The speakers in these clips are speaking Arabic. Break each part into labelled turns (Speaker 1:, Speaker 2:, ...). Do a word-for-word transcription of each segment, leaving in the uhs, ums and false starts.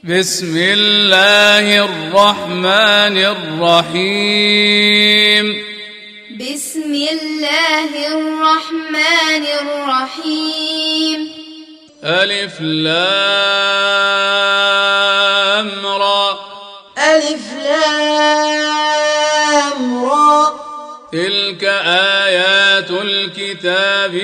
Speaker 1: بسم الله الرحمن الرحيم
Speaker 2: بسم الله الرحمن الرحيم
Speaker 1: ألف لام را
Speaker 3: ألف لام را
Speaker 1: تلك آيات الكتاب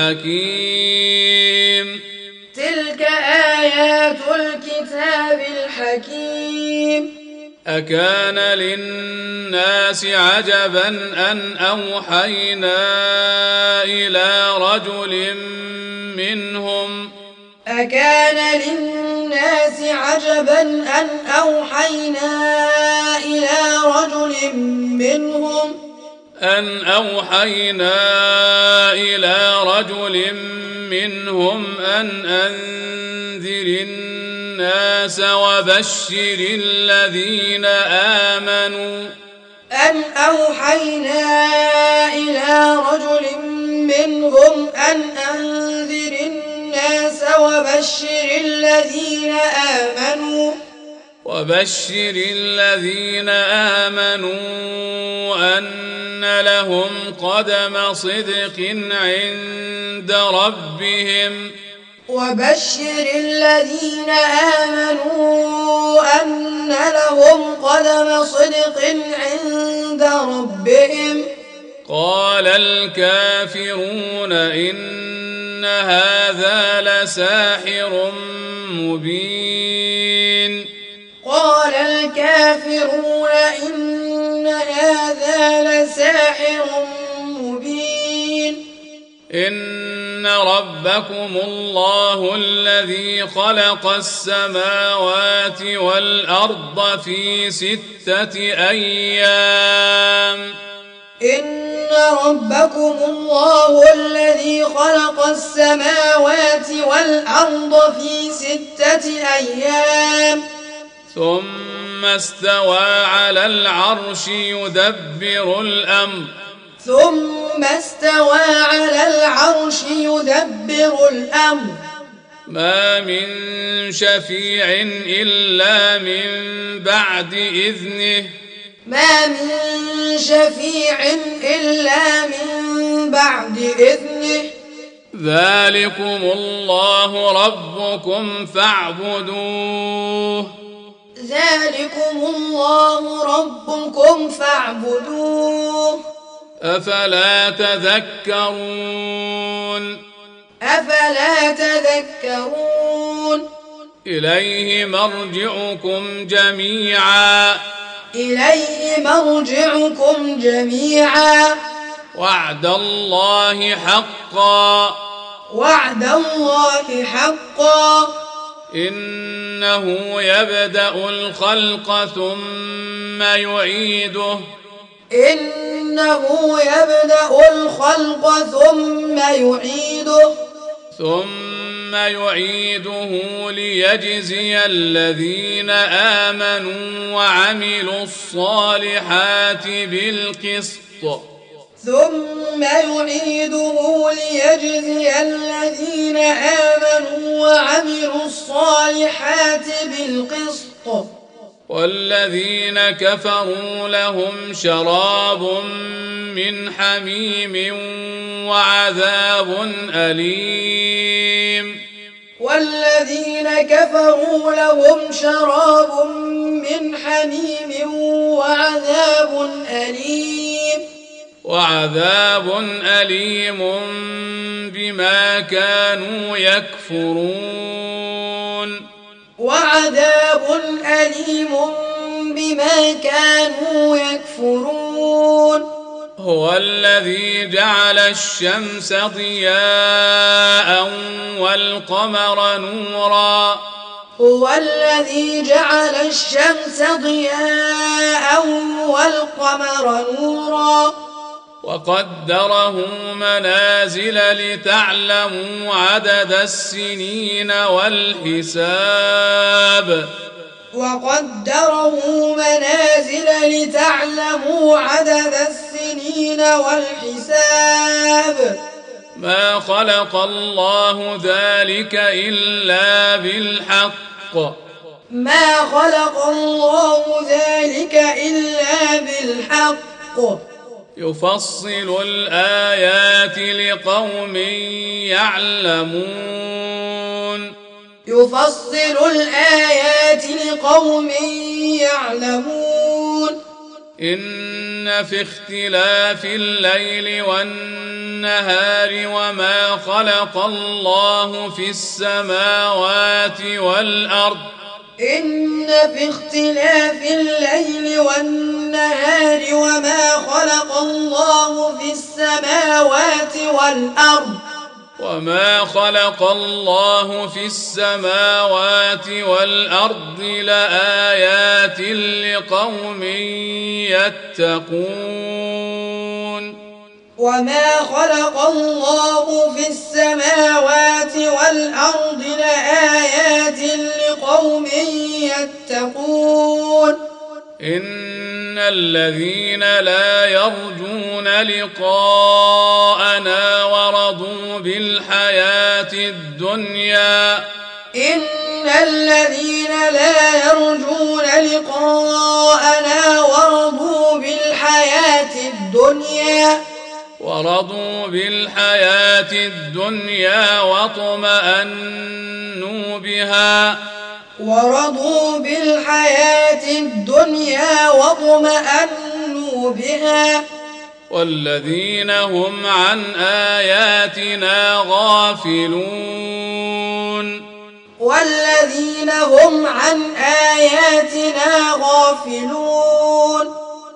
Speaker 1: الحكيم
Speaker 3: تلك آيات الكتاب الحكيم
Speaker 1: أكان للناس عجبا أن أوحينا إلى رجل منهم
Speaker 3: أكان للناس عجبا أن أوحينا إلى رجل منهم
Speaker 1: أن أوحينا إلى رجل منهم أن أنذر الناس وبشر الذين آمنوا
Speaker 3: أن أوحينا إلى رجل منهم أن أنذر الناس وبشر الذين آمنوا
Speaker 1: وبشر الذين آمنوا أن لهم قدم صدق عند ربهم
Speaker 3: وبشر الذين آمنوا أن لهم قدم صدق عند ربهم.
Speaker 1: قال الكافرون إن هذا لساحر مبين
Speaker 3: قال الكافرون إن هذا لساحر مبين
Speaker 1: إن ربكم الله الذي خلق السماوات والأرض في ستة أيام
Speaker 3: إن ربكم الله الذي خلق السماوات والأرض في ستة أيام
Speaker 1: ثم استوى على العرش يدبر الأمر
Speaker 3: ثم استوى على العرش يدبر الأمر
Speaker 1: ما من شفيع إلا من بعد إذنه
Speaker 3: ما من شفيع إلا من بعد إذنه
Speaker 1: ذلكم الله ربكم فاعبدوه
Speaker 3: ذلكم الله ربكم فاعبدوه
Speaker 1: أفلا تذكرون
Speaker 3: أفلا تذكرون
Speaker 1: إليه مرجعكم جميعا
Speaker 3: إليه مرجعكم جميعا
Speaker 1: وعد الله حقا
Speaker 3: وعد الله حقا
Speaker 1: إنه يبدأ الخلق ثم يعيده
Speaker 3: إنه يبدأ الخلق ثم يعيده
Speaker 1: ثم يعيده ليجزي الذين آمنوا وعملوا الصالحات بالقسط
Speaker 3: ثم يعيده ليجزي الذين آمنوا وعملوا الصالحات بالقسط
Speaker 1: والذين كفروا لهم شراب من حميم وعذاب أليم
Speaker 3: والذين كفروا لهم شراب من حميم وعذاب أليم
Speaker 1: وعذاب أليم بما كانوا يكفرون
Speaker 3: وعذاب أليم بما كانوا يكفرون
Speaker 1: هو الذي جعل الشمس ضياء والقمر نورا
Speaker 3: هو الذي جعل الشمس ضياء والقمر نورا
Speaker 1: وقدره منازل لتعلموا عدد السنين والحساب
Speaker 3: وقدره منازل لتعلموا عدد السنين والحساب
Speaker 1: ما خلق الله ذلك إلا بالحق
Speaker 3: ما خلق الله ذلك إلا بالحق
Speaker 1: يفصل الآيات لقوم يعلمون
Speaker 3: يفصل الآيات لقوم يعلمون
Speaker 1: إن في اختلاف الليل والنهار وما خلق الله في السماوات والأرض
Speaker 3: إن في اختلاف الليل والنهار وما خلق الله في السماوات والأرض
Speaker 1: وما خلق الله في السماوات والأرض لآيات لقوم يتقون
Speaker 3: وما خلق الله في السماوات والأرض لآيات لقوم يتقون
Speaker 1: إن الذين لا يرجون لقاءنا ورضوا بالحياة الدنيا
Speaker 3: إن الذين لا يرجون لقاءنا ورضوا بالحياة الدنيا
Speaker 1: ورضوا بالحياة الدنيا واطمأنوا بها
Speaker 3: ورضوا بالحياة الدنيا واطمأنوا بها
Speaker 1: والذين هم عن آياتنا غافلون
Speaker 3: والذين هم عن آياتنا غافلون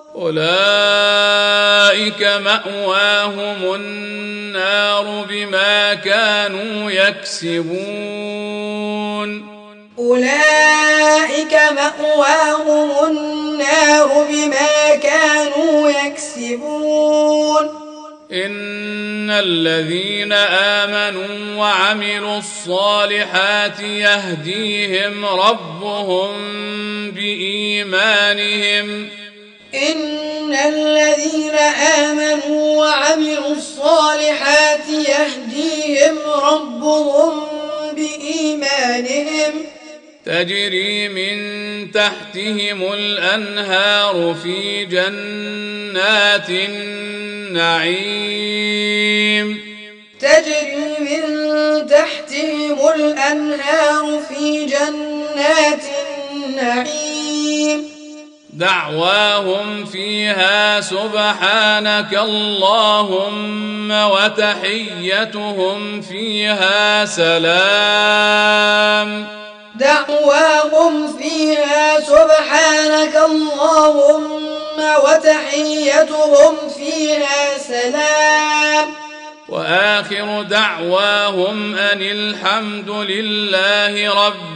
Speaker 1: أولئك مأواهم النار بما كانوا يكسبون
Speaker 3: أولئك مأواهم النار بما كانوا يكسبون
Speaker 1: إن الذين آمنوا وعملوا الصالحات يهديهم ربهم بإيمانهم
Speaker 3: إن الذين آمنوا وعملوا الصالحات يهديهم ربهم بإيمانهم
Speaker 1: تجري من تحتهم الأنهار في جنات النعيم
Speaker 3: تجري من تحتهم الأنهار في جنات النعيم
Speaker 1: دعواهم فيها سبحانك اللهم وتحيتهم فيها سلام
Speaker 3: دعواهم فيها سبحانك اللهم وتحيتهم فيها سلام
Speaker 1: وآخر دعواهم أن الحمد لله رب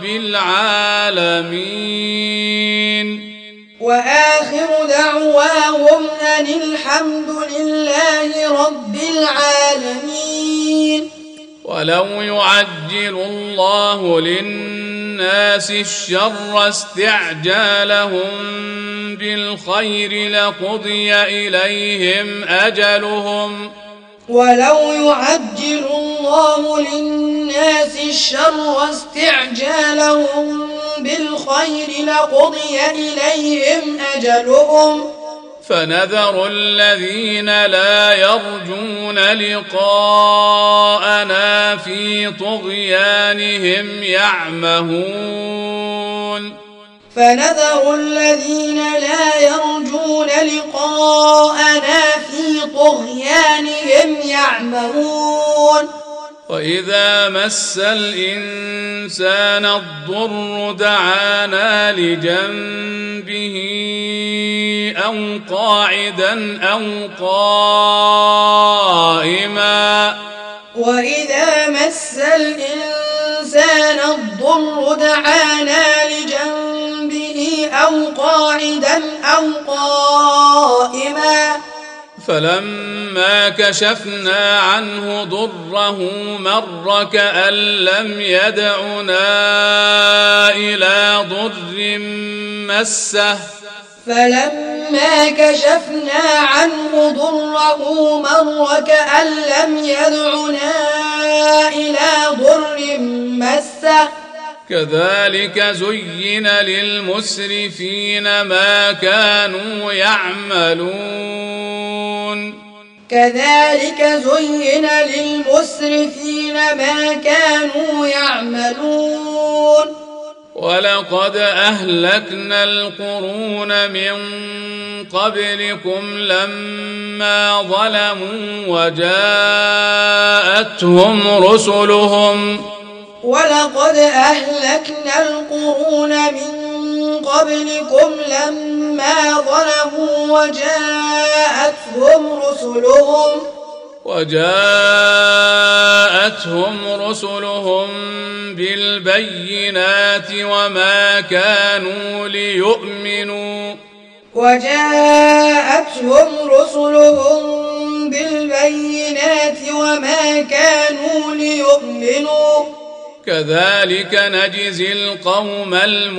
Speaker 1: العالمين
Speaker 3: وآخر دعواهم أن الحمد لله رب العالمين
Speaker 1: ولو يعجل الله للناس الشر استعجالهم بالخير لقضي إليهم أجلهم
Speaker 3: ولو يعجل الله للناس الشر استعجالهم بالخير لقضي إليهم أجلهم
Speaker 1: فنذر الذين لا يرجون لقاءنا في طغيانهم يعمهون
Speaker 3: فنذر الذين لا يرجون لقاءنا في طغيانهم يعمهون
Speaker 1: وإذا مس الإنسان الضر دعانا لجنبه أو قاعدا أو قائما
Speaker 3: وإذا مس الإنسان الضر دعانا لجنبه أو قاعدا أو قائما
Speaker 1: فلما كشفنا عنه ضره مر كأن لم يدعنا إلى ضر مسه
Speaker 3: فلما كشفنا عنه ضره مر كأن لم يدعنا إلى ضر مسه
Speaker 1: كذلك زين للمسرفين ما كانوا يعملون
Speaker 3: كذلك زين للمسرفين ما كانوا يعملون
Speaker 1: ولقد أهلكنا القرون من قبلكم لما ظلموا وجاءتهم رسلهم
Speaker 3: ولقد أهلكنا القرون من قبلكم لما ظلموا وجاءتهم رسلهم
Speaker 1: وجاءتهم رسلهم بالبينات وما كانوا ليؤمنوا
Speaker 3: وجاءتهم رسلهم بالبينات وما كانوا ليؤمنوا
Speaker 1: كذلك نجزي القوم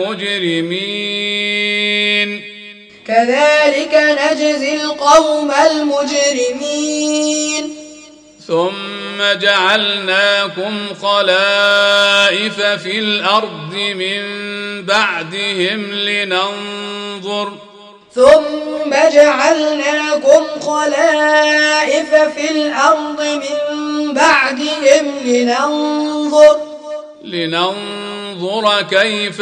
Speaker 1: المجرمين
Speaker 3: كذلك نجزي القوم المجرمين
Speaker 1: ثم جعلناكم خلائف في الأرض من بعدهم لننظر
Speaker 3: ثم جعلناكم خلائف في الأرض من بعدهم لننظر
Speaker 1: لننظر كيف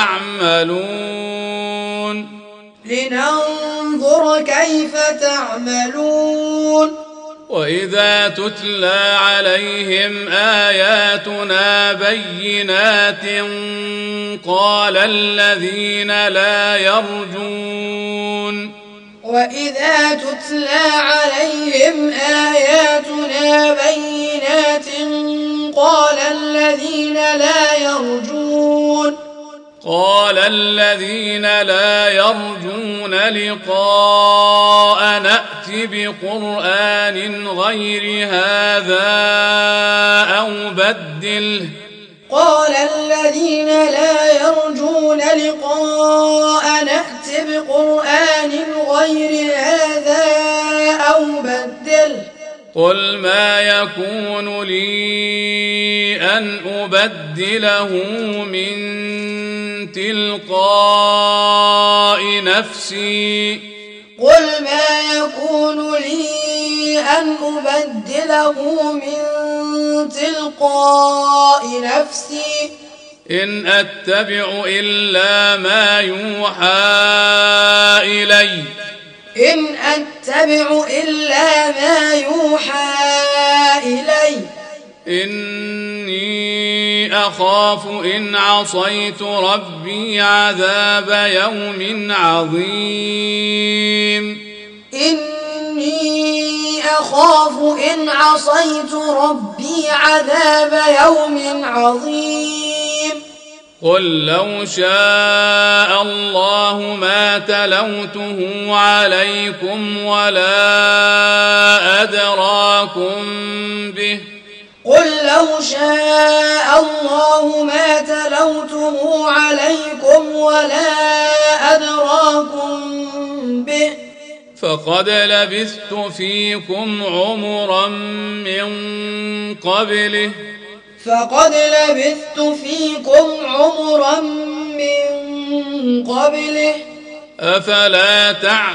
Speaker 1: تعملون
Speaker 3: لننظر كيف تعملون
Speaker 1: وإذا تتلى عليهم آياتنا بينات قال الذين لا يرجون
Speaker 3: وإذا تتلى عليهم آياتنا بينات قال الذين لا يرجون
Speaker 1: قال الذين لا يرجون لقاء نأت بقرآن غير هذا أو بدله
Speaker 3: قال الذين لا يرجون لقاء نأت بقرآن غير هذا أو بدله
Speaker 1: قل ما يكون لي أن أبدله من تلقاء نفسي
Speaker 3: قل ما يكون لي أن أبدله من تلقاء نفسي
Speaker 1: إن أتبع إلا ما يوحى إلي
Speaker 3: إن أتبع إلا ما يوحى إلي
Speaker 1: إني أخاف إن عصيت ربي عذاب يوم عظيم
Speaker 3: إني أخاف إن عصيت ربي عذاب يوم عظيم
Speaker 1: قل لو شاء الله ما تلوته عليكم ولا أدراكم به
Speaker 3: قل لو شاء الله ما تلوته عليكم ولا أدراكم به
Speaker 1: فقد لبثت فيكم عمرا من قبله
Speaker 3: فقد لبثت فيكم عمرا من قبله
Speaker 1: أفلا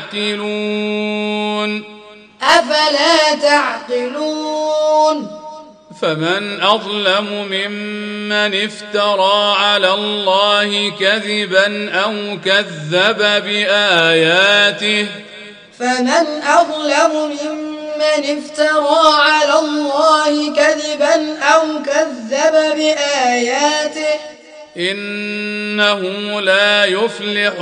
Speaker 1: تعقلون
Speaker 3: أفلا تعقلون
Speaker 1: فمن أظلم ممن افترى على الله كذبا أو كذب بآياته
Speaker 3: فمن أظلم ممن افترى على الله كذبا أو كذب بآياته
Speaker 1: إنه لا يفلح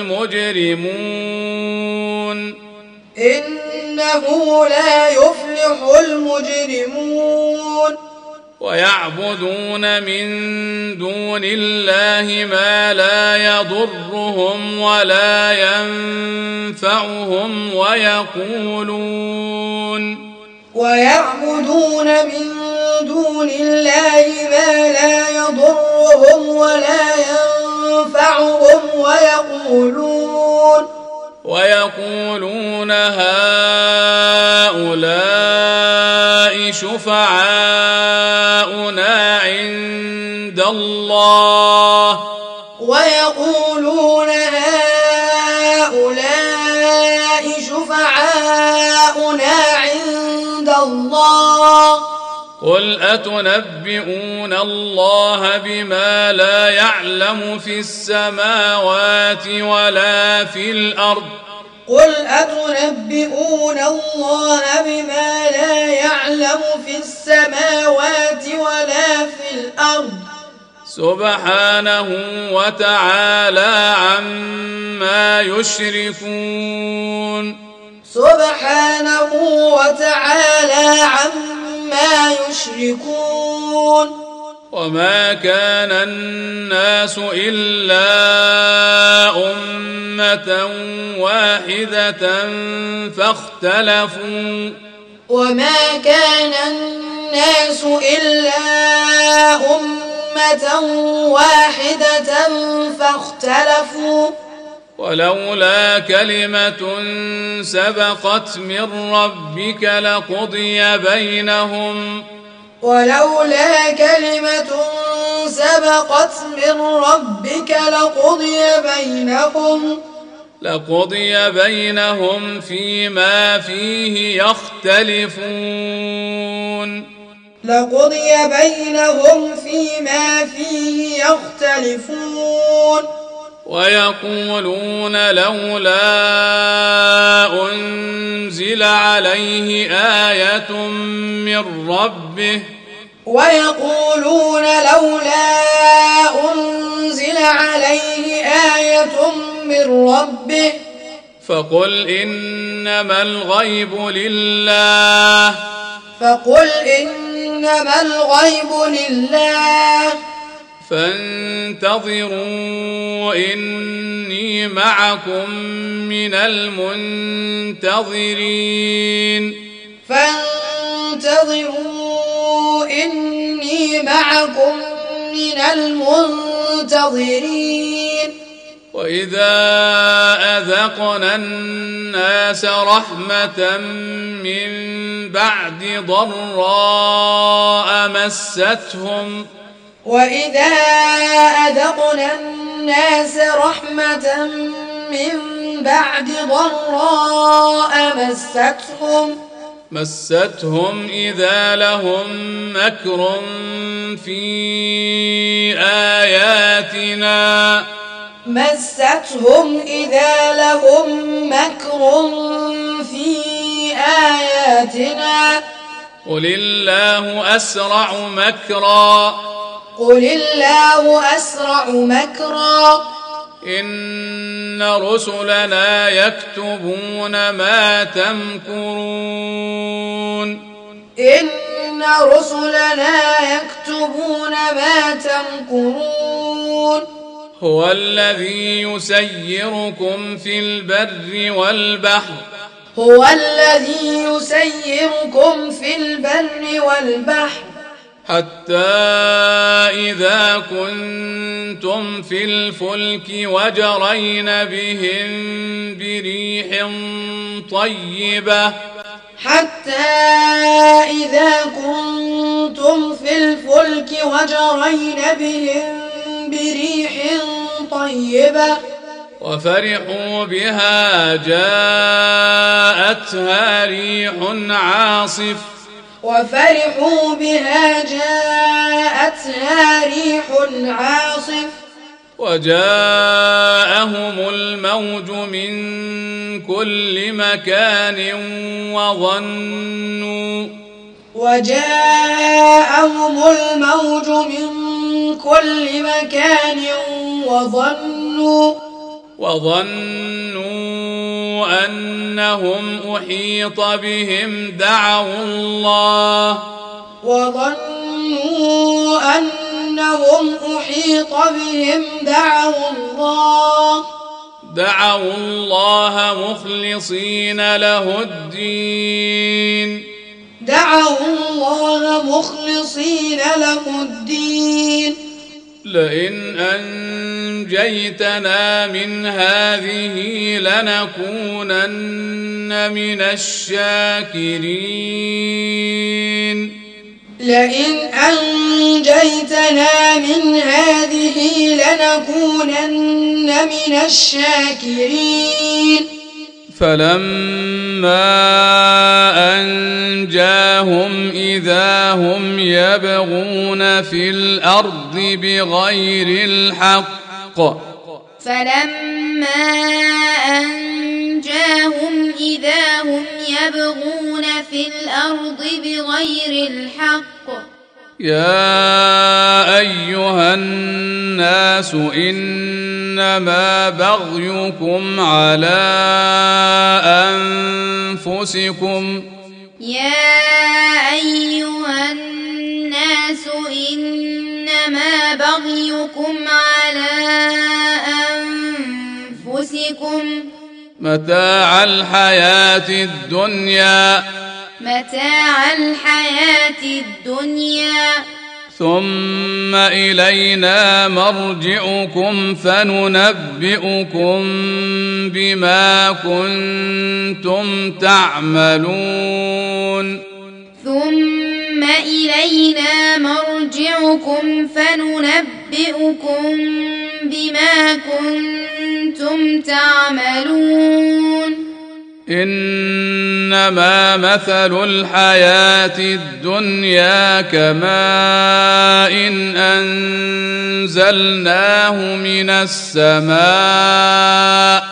Speaker 1: المجرمون
Speaker 3: إنه لا يفلح المجرمون
Speaker 1: ويعبدون من دون الله ما لا يضرهم ولا ينفعهم ويقولون
Speaker 3: ويعبدون من دون الله ما لا يضرهم ولا ينفعهم ويقولون
Speaker 1: ويقولون هؤلاء شفعاؤنا عند الله
Speaker 3: ويقولون هؤلاء شفعاؤنا عند الله
Speaker 1: قل أتنبئون الله بما لا يعلم في السماوات ولا في الأرض
Speaker 3: قل أتنبئون الله بما لا يعلم في السماوات ولا في الأرض
Speaker 1: سبحانه وتعالى عما يشركون
Speaker 3: سبحانه وتعالى عما يشركون
Speaker 1: وما كان الناس إلا أمة واحدة فاختلفوا
Speaker 3: وما كان الناس إلا أمة واحدة فاختلفوا
Speaker 1: ولولا كلمة سبقت من ربك لقضي بينهم
Speaker 3: ولولا كلمة سبقت من ربك لقضي بينهم
Speaker 1: لقضي بينهم فيما فيه يختلفون
Speaker 3: لقضي بينهم فيما فيه يختلفون
Speaker 1: ويقولون لولا أنزل عليه آية من ربه
Speaker 3: ويقولون لولا أنزل عليه آية من ربه
Speaker 1: فقل إنما الغيب لله
Speaker 3: فقل إنما الغيب لله
Speaker 1: فانتظروا إني معكم من المنتظرين
Speaker 3: فانتظروا إني معكم من المنتظرين
Speaker 1: وإذا أذقنا الناس رحمة من بعد ضراء مستهم
Speaker 3: وإذا أذقنا الناس رحمة من بعد ضراء مستهم
Speaker 1: مستهم إذا لهم مكر في آياتنا
Speaker 3: مستهم إذا لهم مكر في آياتنا
Speaker 1: قل الله أسرع مكرا
Speaker 3: قل الله أسرع مكرا
Speaker 1: إن رسلنا يكتبون ما تمكرون
Speaker 3: إن رسلنا يكتبون ما تمكرون
Speaker 1: هو الذي يسيركم في البر والبحر
Speaker 3: هو الذي يسيركم في البر والبحر
Speaker 1: حتى إذا كنتم في الفلك وجرين بهم بريح طيبة
Speaker 3: حتى إذا كنتم في الفلك وجرين بهم بريح طيبة
Speaker 1: وفرحوا بها جاءتها ريح عاصف
Speaker 3: وفرحوا بها جاءتها ريح عاصف
Speaker 1: وجاءهم الموج من كل مكان وظنوا
Speaker 3: وجاءهم الموج من كل مكان وظنوا
Speaker 1: وظنوا أنهم أحيط بهم دعوا الله
Speaker 3: وظنوا أنهم أحيط بهم دعوا الله
Speaker 1: دعوا الله مخلصين له الدين
Speaker 3: دعوا الله مخلصين له الدين
Speaker 1: لئن أنجيتنا من هذه لنكونن من الشاكرين
Speaker 3: لئن أنجيتنا من هذه لنكونن من الشاكرين
Speaker 1: فلما أنجاهم إذا هم يبغون في الأرض بغير الحق
Speaker 2: فلما أنجاهم إذا هم يبغون في الأرض بغير الحق
Speaker 1: يا أيها الناس إنما بغيكم على أنفسكم
Speaker 2: يا أيها الناس إنما بغيكم على أنفسكم
Speaker 1: متاع الحياة الدنيا
Speaker 2: متاع الحياة الدنيا
Speaker 1: ثم إلينا مرجعكم فننبئكم بما كنتم تعملون
Speaker 2: ثم إلينا مرجعكم فننبئكم بما كنتم تعملون
Speaker 1: إنما مثل الحياة الدنيا كماء إن أنزلناه من السماء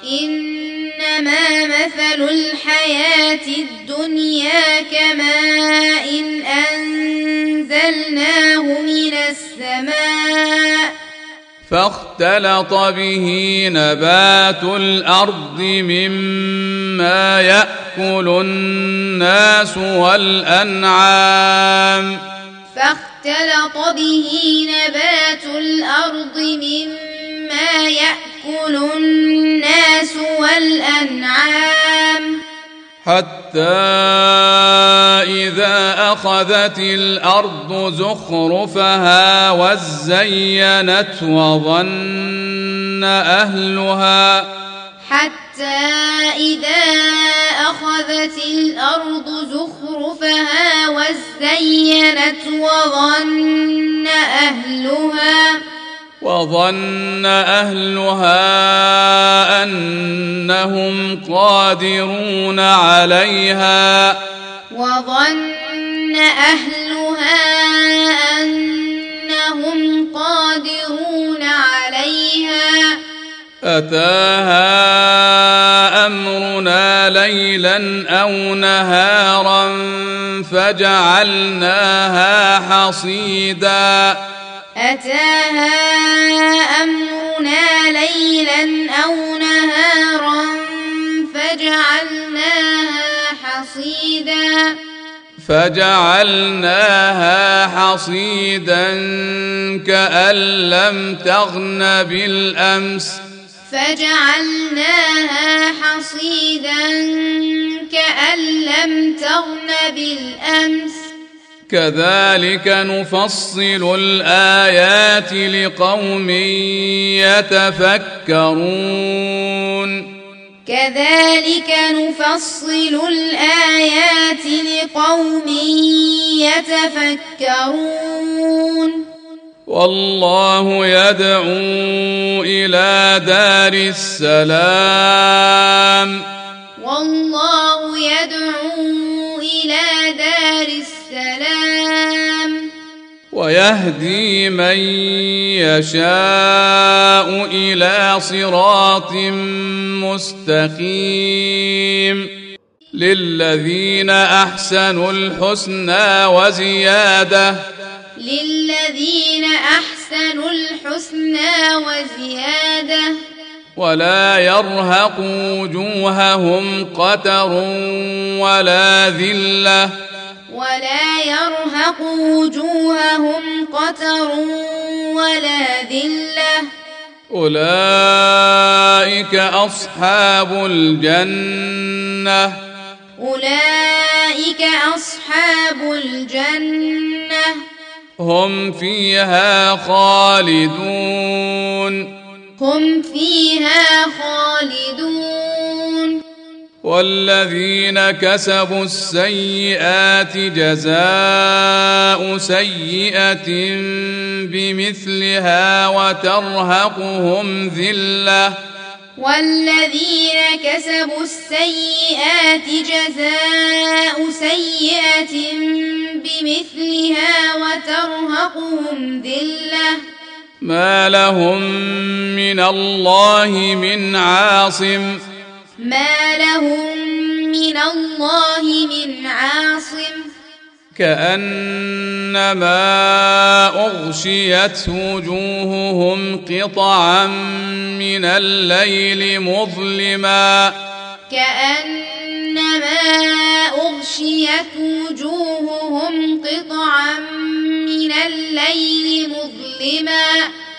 Speaker 2: إنما مثل الحياة الدنيا كماء إن أنزلناه من السماء
Speaker 1: فاختلط به نبات الأرض مما يأكل الناس والأنعام
Speaker 2: فاختلط به نبات الأرض مما يأكل الناس والأنعام
Speaker 1: حتى إذا أخذت الأرض زخرفها وزينت وظن أهلها
Speaker 2: حتى إذا أخذت الأرض زخرفها وزينت وظن أهلها
Speaker 1: وظن أهلها أنهم قادرون عليها
Speaker 2: وظن أهلها أنهم قادرون عليها
Speaker 1: أتاها أمرنا ليلا أو نهارا فجعلناها حصيدا
Speaker 2: أتاها أمرنا ليلا أو نهارا فجعلناها حصيدا
Speaker 1: فجعلناها حصيدا كأن لم تغن بالأمس
Speaker 2: فجعلناها حصيدا كأن لم تغن بالأمس
Speaker 1: كذلك نفصل الآيات لقوم يتفكرون
Speaker 2: كذلك نفصل الآيات لقوم يتفكرون
Speaker 1: والله يدعو إلى دار السلام
Speaker 2: والله يدعو إلى دار السلام
Speaker 1: ويهدي من يشاء إلى صراط مستقيم للذين أحسنوا الحسنى وزيادة
Speaker 2: للذين أحسنوا الحسنى وزيادة
Speaker 1: ولا يرهق وجوههم قتر ولا ذلة
Speaker 2: ولا يرهق وجوههم قتر ولا ذلة
Speaker 1: أولئك أصحاب الجنة
Speaker 2: أولئك أصحاب الجنة
Speaker 1: هم فيها خالدون
Speaker 2: هم فيها خالدون
Speaker 1: والذين كسبوا السيئات جزاء سيئة بمثلها وترهقهم ذلة
Speaker 2: والذين كسبوا السيئات جزاء سيئة بمثلها وترهقهم ذلة
Speaker 1: ما لهم من الله من عاصم
Speaker 2: ما لهم من الله من عاصم
Speaker 1: كأنما أغشيت وجوههم قطعا من الليل مظلما
Speaker 2: كأنما أغشيت وجوههم قطعا من الليل مظلما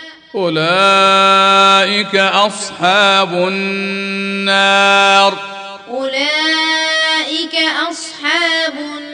Speaker 1: أولئك أصحاب النار
Speaker 2: أولئك أصحاب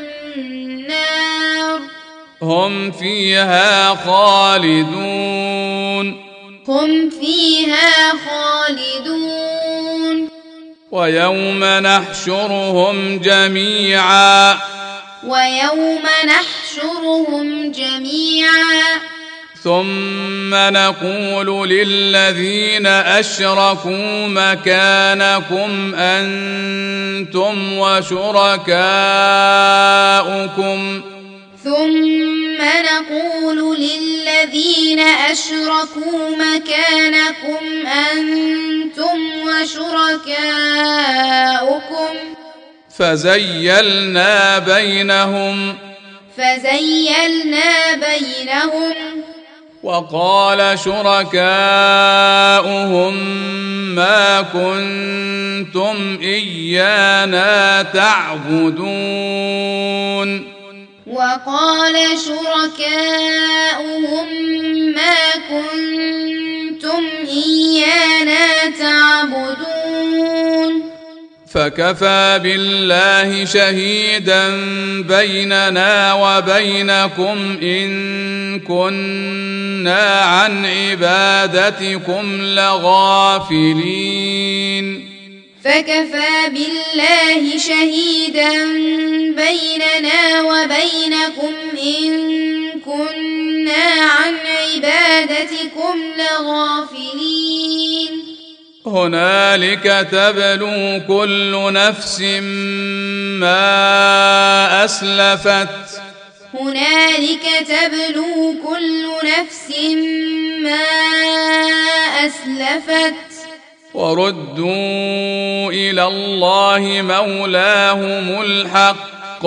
Speaker 2: النار
Speaker 1: هم فيها خالدون
Speaker 2: هم فيها خالدون
Speaker 1: ويوم نحشرهم جميعا
Speaker 2: ويوم نحشرهم جميعا
Speaker 1: ثم نقول للذين أشركوا مكانكم أنتم وشركاؤكم
Speaker 2: ثم نقول للذين أشركوا مكانكم أنتم وشركاؤكم
Speaker 1: فزيلنا بينهم
Speaker 2: فزيلنا بينهم
Speaker 1: وقال شركاؤهم ما كنتم إيانا تعبدون
Speaker 2: وقال شركاؤهم ما كنتم إيانا تعبدون
Speaker 1: فكفى بالله شهيدا بيننا وبينكم إن كنا عن عبادتكم لغافلين
Speaker 2: فكفى بالله شهيدا بيننا وبينكم إن كنا عن عبادتكم لغافلين
Speaker 1: هنالك تبلو كل نفس ما أسلفت
Speaker 2: هنالك تبلو كل نفس ما أسلفت
Speaker 1: وردوا إلى الله مولاهم الحق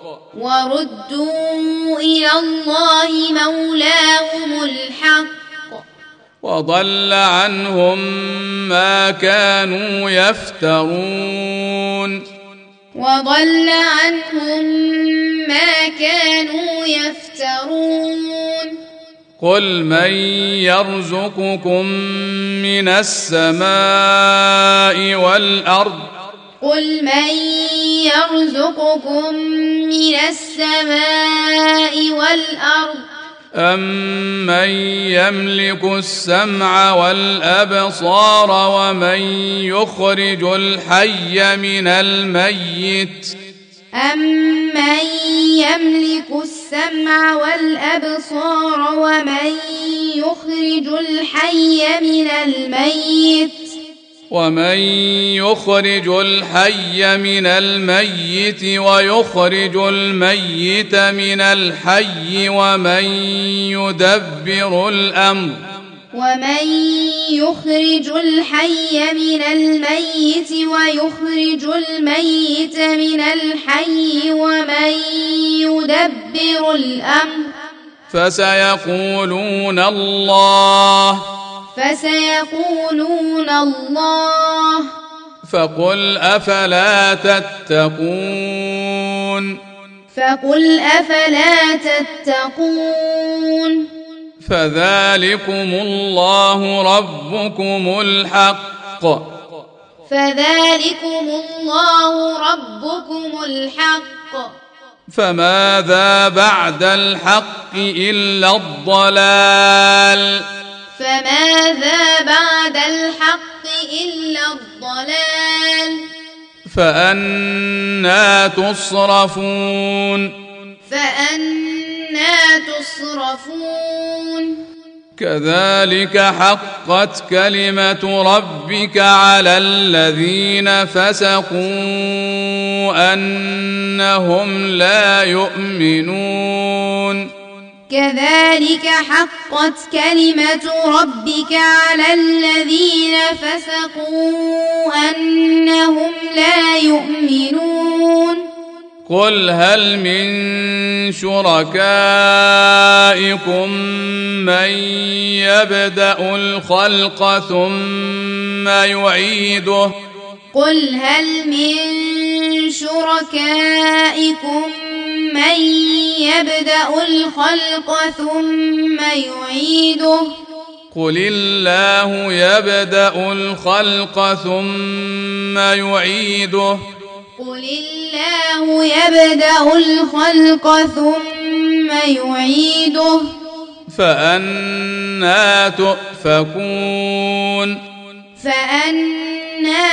Speaker 2: وردوا إلى الله مولاهم الحق
Speaker 1: وضل عنهم ما كانوا يفترون
Speaker 2: وضل عنهم ما كانوا يفترون
Speaker 1: قل من يرزقكم من السماء والأرض
Speaker 2: قل من يرزقكم من السماء والأرض
Speaker 1: أمن يملك السمع والأبصار ومن يخرج الحي من الميت
Speaker 2: أمن يملك السمع والأبصار ومن يخرج الحي من الميت
Speaker 1: ومن يخرج الحي من الميت ويخرج الميت من الحي ومن يدبر الأمر
Speaker 2: ومن يخرج الحي من الميت ويخرج الميت من الحي ومن يدبر الأمر
Speaker 1: فسيقولون الله
Speaker 2: فسيقولون الله
Speaker 1: فقل أفلا تتقون
Speaker 2: فقل أفلا تتقون
Speaker 1: فذلكم الله ربكم الحق
Speaker 2: فذلكم الله ربكم الحق
Speaker 1: فماذا بعد الحق إلا الضلال
Speaker 2: فماذا بعد الحق إلا الضلال
Speaker 1: فأنى تصرفون
Speaker 2: فأنى تصرفون
Speaker 1: كذلك حقت كلمة ربك على الذين فسقوا أنهم لا يؤمنون
Speaker 2: كذلك حقت كلمة ربك على الذين فسقوا أنهم لا يؤمنون
Speaker 1: قل هل من شركائكم من يبدأ الخلق ثم يعيده
Speaker 2: قل هل من شركائكم من يبدأ الخلق ثم يعيده
Speaker 1: قل الله يبدأ الخلق ثم يعيده
Speaker 2: قل الله يبدأ الخلق ثم يعيده
Speaker 1: فأنى تؤفكون
Speaker 2: فأنى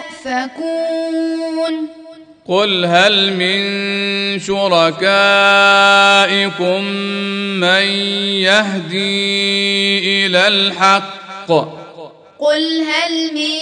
Speaker 2: تؤفكون
Speaker 1: قل هل من شركائكم من يهدي إلى الحق
Speaker 2: قل هل من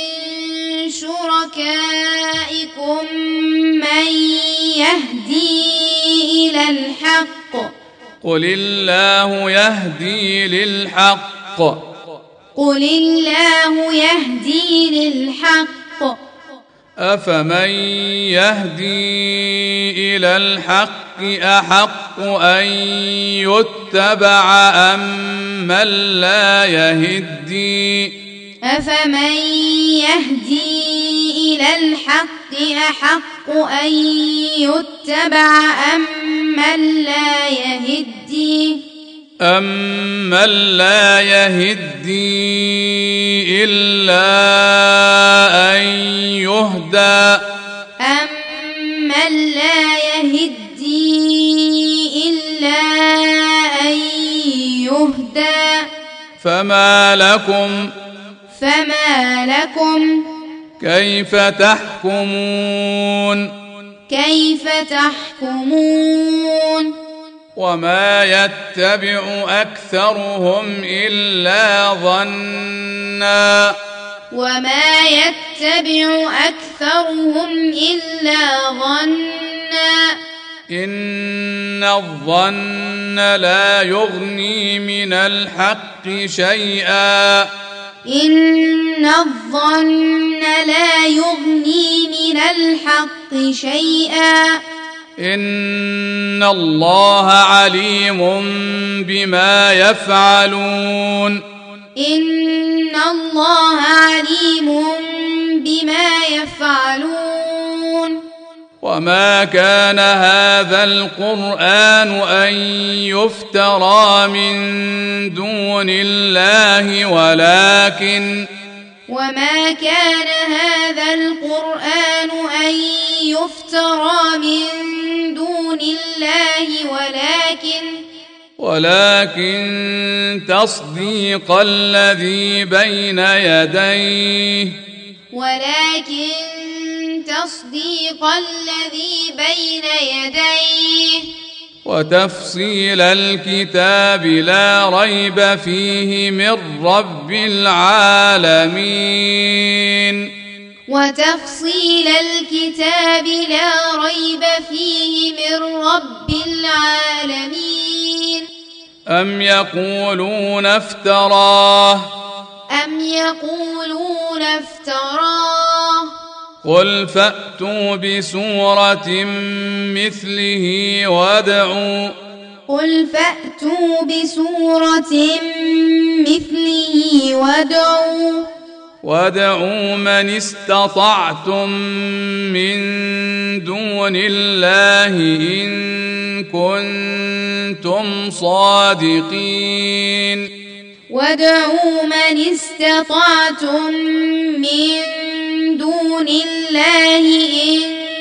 Speaker 2: شركائكم من يهدي إلى الحق
Speaker 1: قل الله يهدي للحق
Speaker 2: قل الله يهدي للحق
Speaker 1: أفمن يهدي إلى الحق أحق أن يتبع أم من لا يهدي
Speaker 2: أفمن يهدي إلى الحق أحق أن يتبع أم من لا يهدي
Speaker 1: أمن لا يهدي إلا أن يهدى
Speaker 2: أمن لا يهدي إلا أن يهدى
Speaker 1: فما لكم
Speaker 2: فما لكم
Speaker 1: كيف تحكمون
Speaker 2: كيف تحكمون
Speaker 1: وما يتبع أكثرهم إلا ظنا
Speaker 2: وما يتبع أكثرهم إلا ظنا
Speaker 1: إن الظن لا يغني من الحق شيئا
Speaker 2: إن الظن لا يغني من الحق شيئا
Speaker 1: إن الله عليم بما يفعلون
Speaker 2: إن الله عليم بما يفعلون
Speaker 1: وما كان هذا القرآن أن يفترى من دون الله ولكن
Speaker 2: وما كان هذا القرآن أن يفترى من دون الله ولكن
Speaker 1: ولكن تصديق الذي بين يديه
Speaker 2: ولكن تصديق الذي بين يديه
Speaker 1: وتفصيل الكتاب لا ريب فيه من رب العالمين
Speaker 2: وتفصيل الكتاب لا ريب فيه من رب العالمين
Speaker 1: أم يقولون افتراه
Speaker 2: أم يقولون افتراه
Speaker 1: قل فأتوا بسورة مثله وادعوا
Speaker 2: قل فأتوا بسورة مثله وادعوا
Speaker 1: وادعوا من استطعتم من دون الله إن كنتم صادقين
Speaker 2: وادعوا من استطعتم من دون الله إن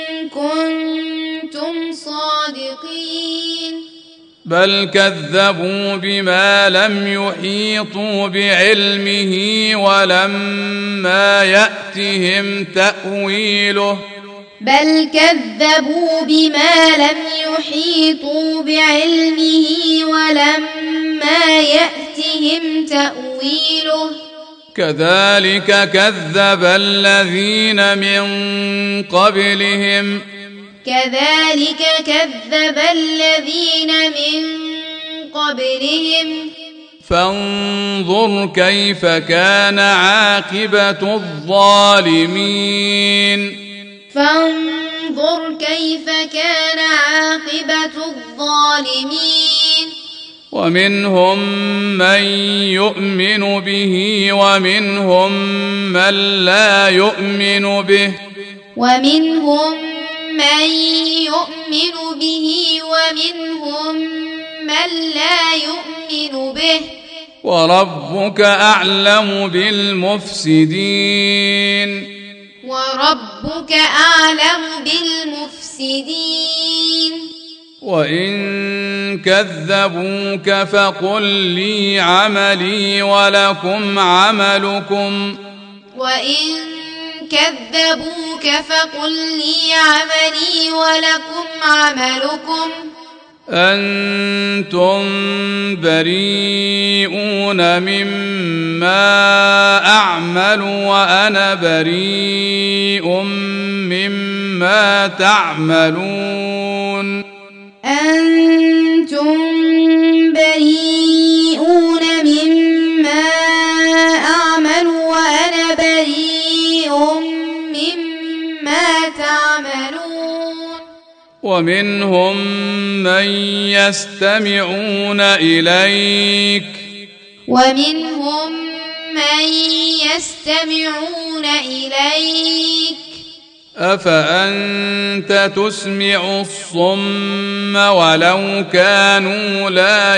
Speaker 2: كنتم صادقين
Speaker 1: بل كذبوا بما لم يحيطوا بعلمه ولما يأتهم تأويله
Speaker 2: بل كذبوا بما لم يحيطوا بعلمه ولما يأتهم تأويله
Speaker 1: كذلك كذب الذين من قبلهم
Speaker 2: كذلك كذب الذين من قبلهم
Speaker 1: فانظر كيف كان عاقبة الظالمين
Speaker 2: فانظر كيف كان عاقبة الظالمين
Speaker 1: ومنهم من يؤمن به ومنهم من لا يؤمن به
Speaker 2: ومنهم من يؤمن به ومنهم من لا يؤمن به
Speaker 1: وربك أعلم بالمفسدين
Speaker 2: وربك أعلم بالمفسدين
Speaker 1: وإن كذبوك فقل لي عملي ولكم عملكم
Speaker 2: وإن كذبوك فقل لي عملي ولكم عملكم
Speaker 1: أنتم بريئون مما أعمل وأنا بريء مما تعملون
Speaker 2: أنتم بريئون مما أعمل وأنا بريء مما تعملون
Speaker 1: ومنهم من يستمعون إليك
Speaker 2: ومنهم من يستمعون إليك
Speaker 1: أفأنت تسمع الصم ولو كانوا لا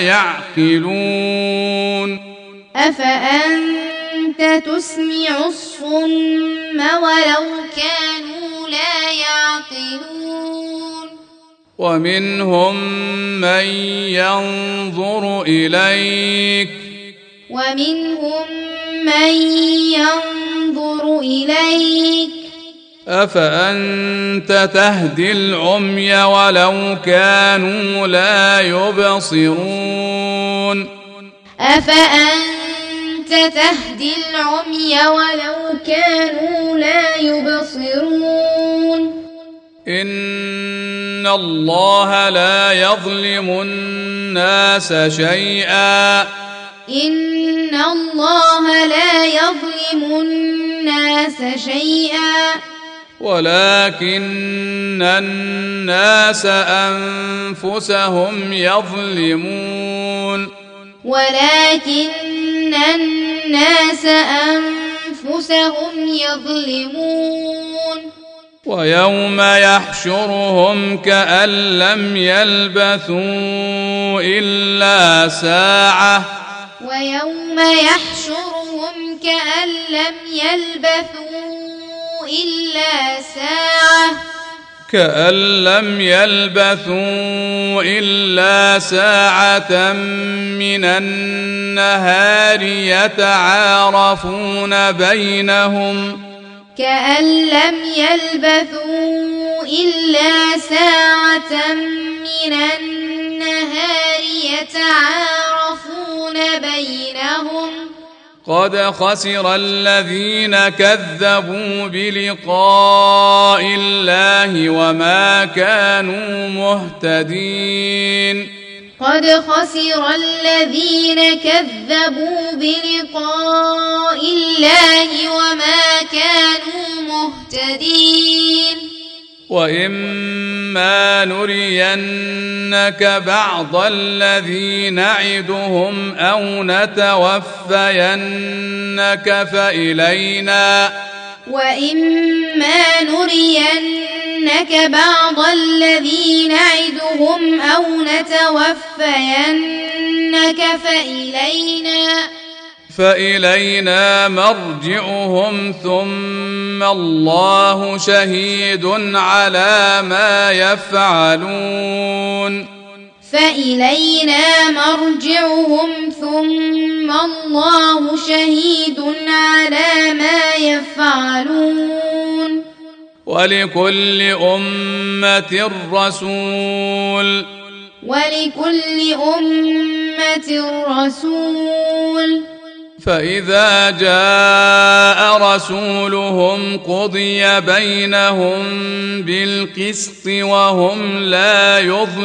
Speaker 1: يعقلون
Speaker 2: أفأنت تسمع الصم ولو كانوا لا يعقلون
Speaker 1: ومنهم من ينظر إليك
Speaker 2: ومنهم من ينظر إليك
Speaker 1: أفأنت تهدي العمي ولو كانوا لا يبصرون
Speaker 2: أفأنت تهدي العمي ولو كانوا لا يبصرون
Speaker 1: إن الله لا يظلم الناس شيئا
Speaker 2: إن الله لا يظلم الناس شيئا
Speaker 1: ولكن الناس أنفسهم يظلمون
Speaker 2: ولكن الناس أنفسهم يظلمون
Speaker 1: ويوم يحشرهم كأن لم يلبثوا إلا ساعة
Speaker 2: ويوم يحشرهم كأن لم يلبثوا إلا ساعة
Speaker 1: كأن لم يلبثوا إلا ساعة من النهار يتعارفون بينهم
Speaker 2: كأن لم يلبثوا إلا ساعة من النهار يتعارفون بينهم
Speaker 1: قد خسر الذين كذبوا بلقاء الله وما كانوا مهتدين
Speaker 2: قد خسر الذين كذبوا بلقاء الله وما كانوا مهتدين
Speaker 1: وإما نرينك بعض الذي نعدهم أو نتوفينك فإلينا
Speaker 2: وإما نرينك بعض الذي نعدهم أو نتوفينك فإلينا
Speaker 1: فإلينا مرجعهم ثم الله شهيد على ما يفعلون
Speaker 2: فإلينا مرجعهم ثم الله شهيد على ما يفعلون
Speaker 1: ولكل أمة رسول
Speaker 2: ولكل أمة رسول
Speaker 1: فإذا جاء رسولهم قضي بينهم بالقسط وهم لا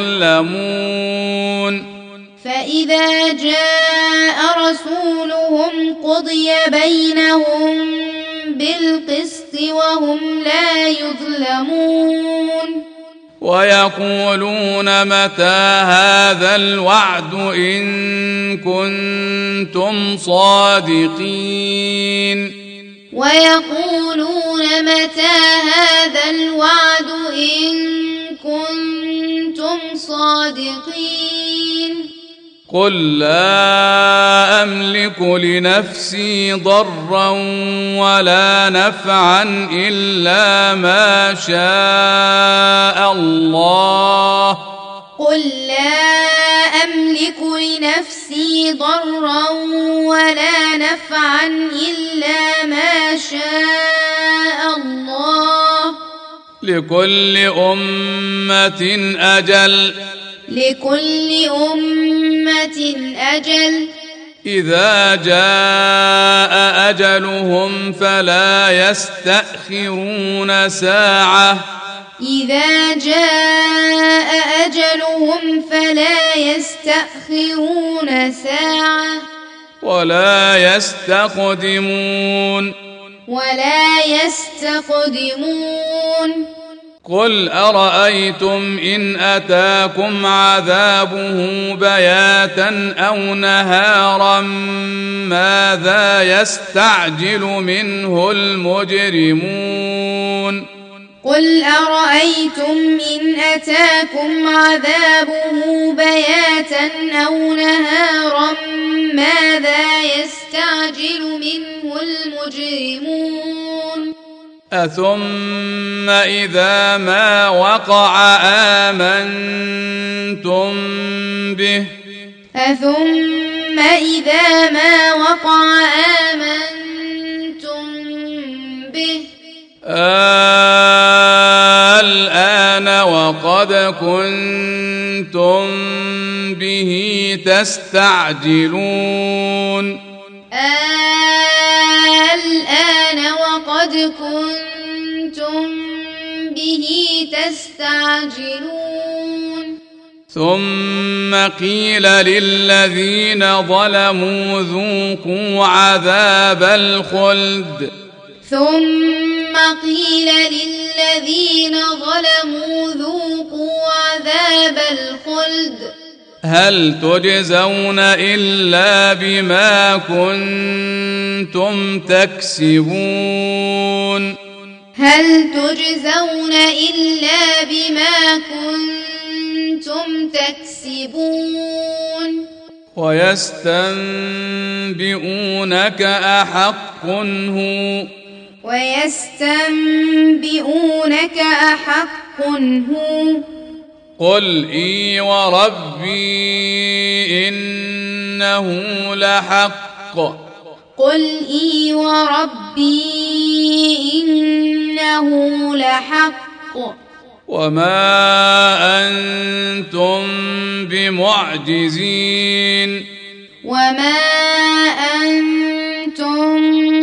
Speaker 1: يظلمون
Speaker 2: فإذا جاء رسولهم قضي بينهم بالقسط وهم لا يظلمون
Speaker 1: ويقولون متى هذا الوعد إن كنتم صادقين
Speaker 2: ويقولون متى هذا الوعد إن كنتم صادقين
Speaker 1: قل لا أملك لنفسي ضرا ولا نفعا إلا ما شاء الله
Speaker 2: قل لا أملك لنفسي ضرا ولا نفعا إلا ما شاء الله
Speaker 1: لكل أمة أجل
Speaker 2: لكل أمة أجل
Speaker 1: إذا جاء أجلهم فلا يستأخرون ساعة
Speaker 2: إذا جاء أجلهم فلا يستأخرون ساعة
Speaker 1: ولا يستقدمون
Speaker 2: ولا يستقدمون
Speaker 1: قل أرأيتم إن أتاكم عذابه بياتا أو نهارا ماذا يستعجل منه المجرمون
Speaker 2: قل أرأيتم إن أتاكم عذابه بياتا أو نهارا ماذا يستعجل منه المجرمون
Speaker 1: أثم إذا ما وقع آمنتم به
Speaker 2: أثم إذا ما وقع آمنتم به
Speaker 1: الآن وقد كنتم به تستعجلون
Speaker 2: الآن وقد كنتم به تستعجلون
Speaker 1: ثم قيل للذين ظلموا ذوقوا عذاب الخلد
Speaker 2: ثم قيل للذين ظلموا ذوقوا عذاب الخلد
Speaker 1: هل تجزون إلا بما كنتم تكسبون
Speaker 2: هل تجزون إلا بما كنتم تكسبون
Speaker 1: ويستنبئونك أحق هو
Speaker 2: ويستنبئونك أحق هو
Speaker 1: قل إي وربي إنه لحق
Speaker 2: قل إي وربي إنه لحق
Speaker 1: وما أنتم بمعجزين
Speaker 2: وما أنتم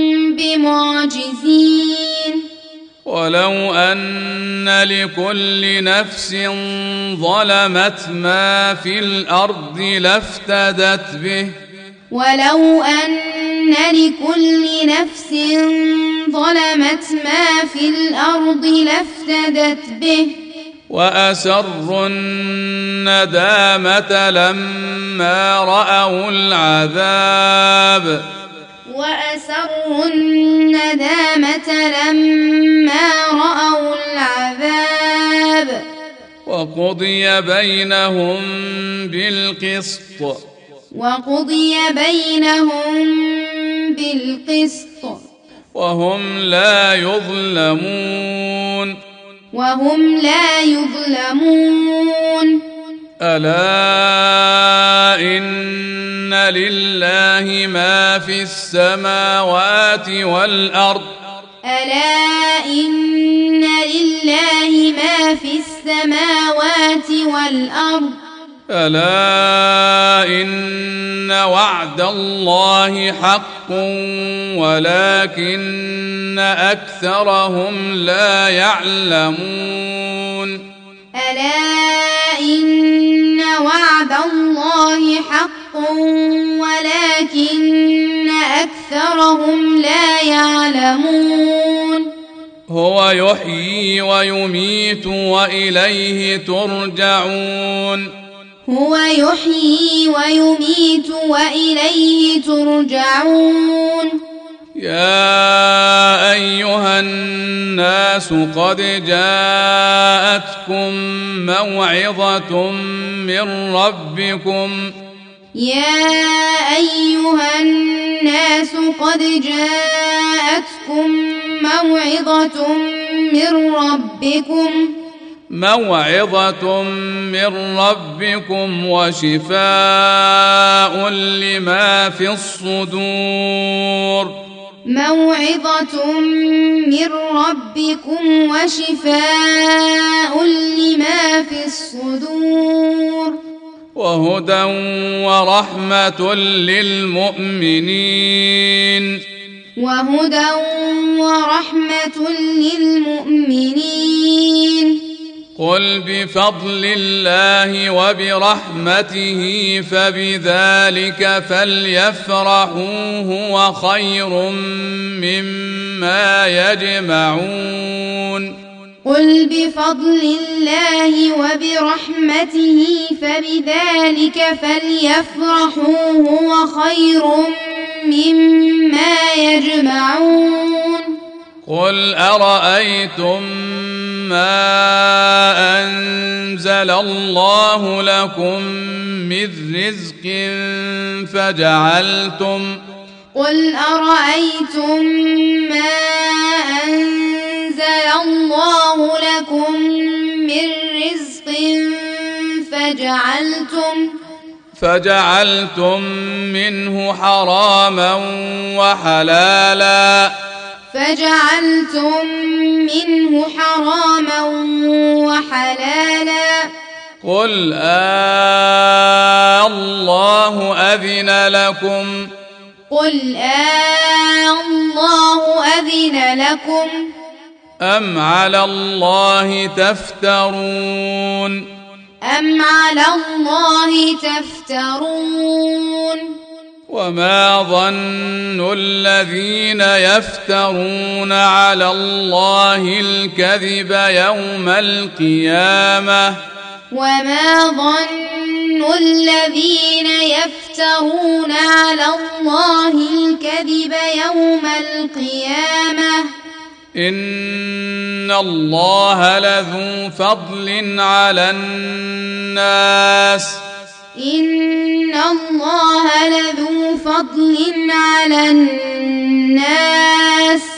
Speaker 2: بمعجزين
Speaker 1: ولو أن لكل نفس ظلمت ما في الأرض لافتدت به
Speaker 2: ولو أن لكل نفس ظلمت ما في الأرض لافتدت به
Speaker 1: وأسروا الندامة لما رأوا العذاب
Speaker 2: وأسروا الندامة لما رأوا العذاب
Speaker 1: وقضي بينهم بالقسط
Speaker 2: وقضي بينهم بالقسط
Speaker 1: وهم لا يظلمون
Speaker 2: وهم لا يظلمون
Speaker 1: ألا إن لله ما في السماوات والأرض
Speaker 2: ألا إن لله السماوات والأرض
Speaker 1: ألا إن وعد الله حق ولكن أكثرهم لا يعلمون
Speaker 2: ألا إن وعد الله حق ولكن أكثرهم لا يعلمون
Speaker 1: هو يحيي ويميت وإليه ترجعون
Speaker 2: هو يحيي ويميت وإليه ترجعون
Speaker 1: يا أيها الناس قد جاءتكم موعظة من ربكم
Speaker 2: يا أيها الناس قد جاءتكم موعظة من ربكم
Speaker 1: موعظة من ربكم وشفاء لما في الصدور
Speaker 2: موعظة من ربكم وشفاء لما في الصدور
Speaker 1: وهدى ورحمة للمؤمنين
Speaker 2: وهدى ورحمة للمؤمنين
Speaker 1: قل بفضل الله وبرحمته فبذلك فليفرحوا هو خير مما يجمعون
Speaker 2: قل بفضل الله وبرحمته فبذلك فليفرحوا هو خير مما يجمعون
Speaker 1: قل أرأيتم ما أنزل الله لكم من رزق فجعلتم
Speaker 2: قل أرأيتم ما أنزل الله لكم من رزق فجعلتم
Speaker 1: فجعلتم منه حراما وحلالا
Speaker 2: فجعلتم منه حراما وحلالا
Speaker 1: قل آه الله أذن لكم
Speaker 2: قل آه الله أذن لكم
Speaker 1: أم على الله تفترون
Speaker 2: أم على الله تفترون
Speaker 1: وما ظن الذين يفترون على الله الكذب يوم القيامة
Speaker 2: وما ظن الذين يفترون على الله الكذب يوم القيامة
Speaker 1: إن الله لذو فضل على الناس
Speaker 2: إن الله لذو فضل على الناس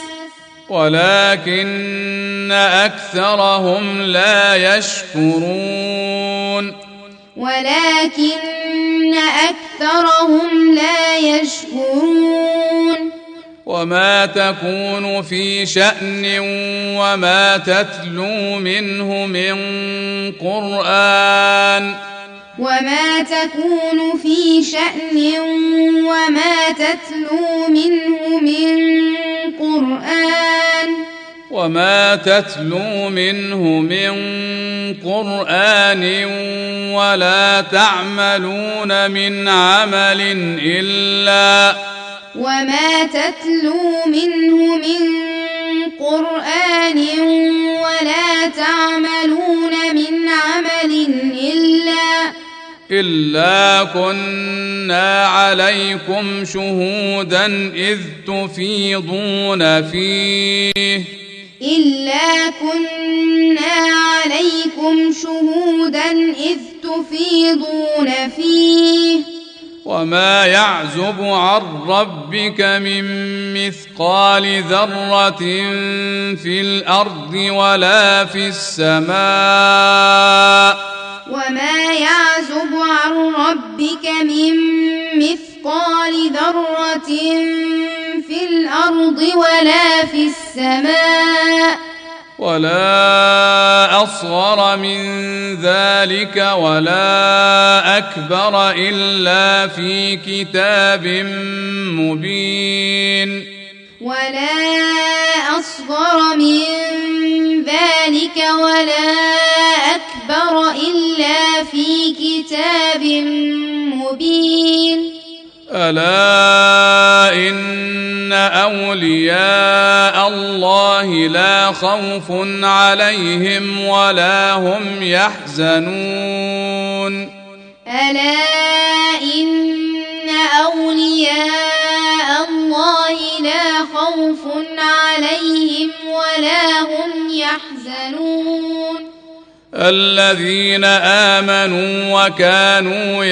Speaker 1: ولكن أكثرهم لا يشكرون
Speaker 2: ولكن أكثرهم لا يشكرون
Speaker 1: وما تكون في شأن وما تتلو منه من قرآن
Speaker 2: وما تكون في شأن وما تتلو منه من قرآن
Speaker 1: وما تتلو منه من قرآن ولا تعملون من عمل إلا
Speaker 2: وما تتلو منه من قرآن ولا تعملون من عمل إلا
Speaker 1: إلا كنا عليكم شهودا إذ تفيضون فيه
Speaker 2: إلا كنا عليكم شهودا إذ تفيضون فيه
Speaker 1: وما يعزب عن ربك من مثقال ذرة في الأرض ولا في السماء
Speaker 2: وما يعزب عن ربك من مثقال ذرة في الأرض ولا في السماء
Speaker 1: ولا أصغر من ذلك ولا أكبر إلا في كتاب مبين
Speaker 2: ولا أصغر من ذلك ولا أكبر إلا في كتاب مبين
Speaker 1: ألا إن أولياء الله لا خوف عليهم ولا هم يحزنون
Speaker 2: ألا إن أولياء الله لا خوف عليهم ولا هم يحزنون
Speaker 1: الذين آمنوا وكانوا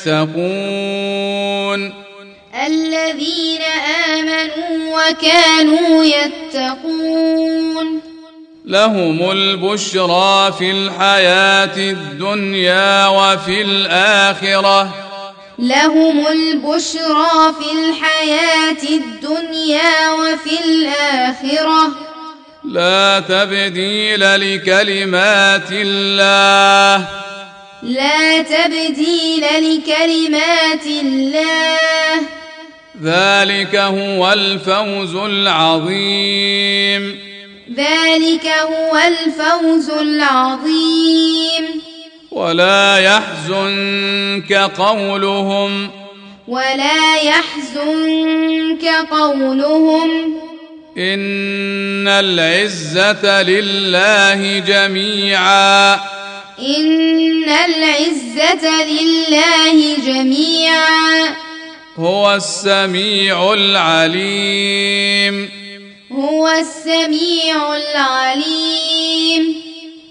Speaker 1: يتقون
Speaker 2: الذين آمنوا وكانوا يتقون
Speaker 1: لهم البشرى في الحياة الدنيا وفي الآخرة
Speaker 2: لهم البشرى في الحياة الدنيا وفي الآخرة
Speaker 1: لا تبديل لكلمات الله
Speaker 2: لا تبديل لكلمات الله
Speaker 1: ذلك هو الفوز العظيم
Speaker 2: ذلك هو الفوز العظيم
Speaker 1: ولا يحزنك قولهم
Speaker 2: ولا يحزنك قولهم
Speaker 1: إن العزة لله جميعا
Speaker 2: إن العزة لله جميعا
Speaker 1: هو السميع العليم
Speaker 2: هو السميع العليم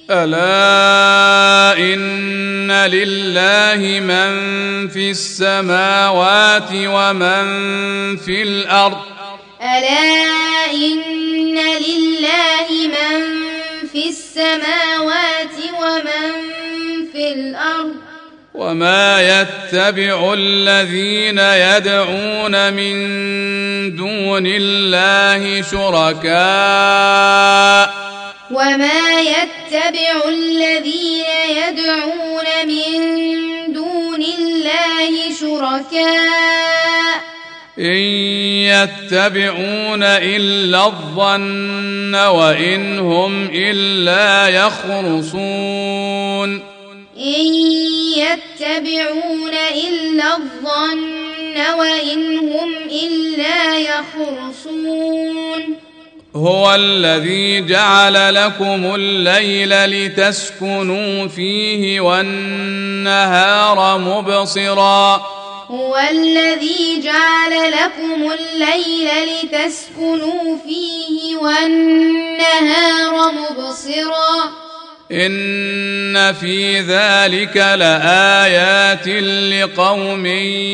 Speaker 1: ألا إن لله من في السماوات ومن في الأرض
Speaker 2: ألا إن لله من في السماوات ومن في الأرض
Speaker 1: وما يتبع الذين يدعون من دون الله شركاء
Speaker 2: وما يتبع الذين يدعون من دون الله شركاء
Speaker 1: إن يتبعون إلا الظن وإن هم إلا يخرصون
Speaker 2: إن يتبعون إلا الظن وإن هم إلا يخرصون
Speaker 1: هو الذي جعل لكم الليل لتسكنوا فيه والنهار مبصرا
Speaker 2: هو الذي جعل لكم الليل لتسكنوا فيه والنهار مبصرا
Speaker 1: إن في ذلك لآيات لقوم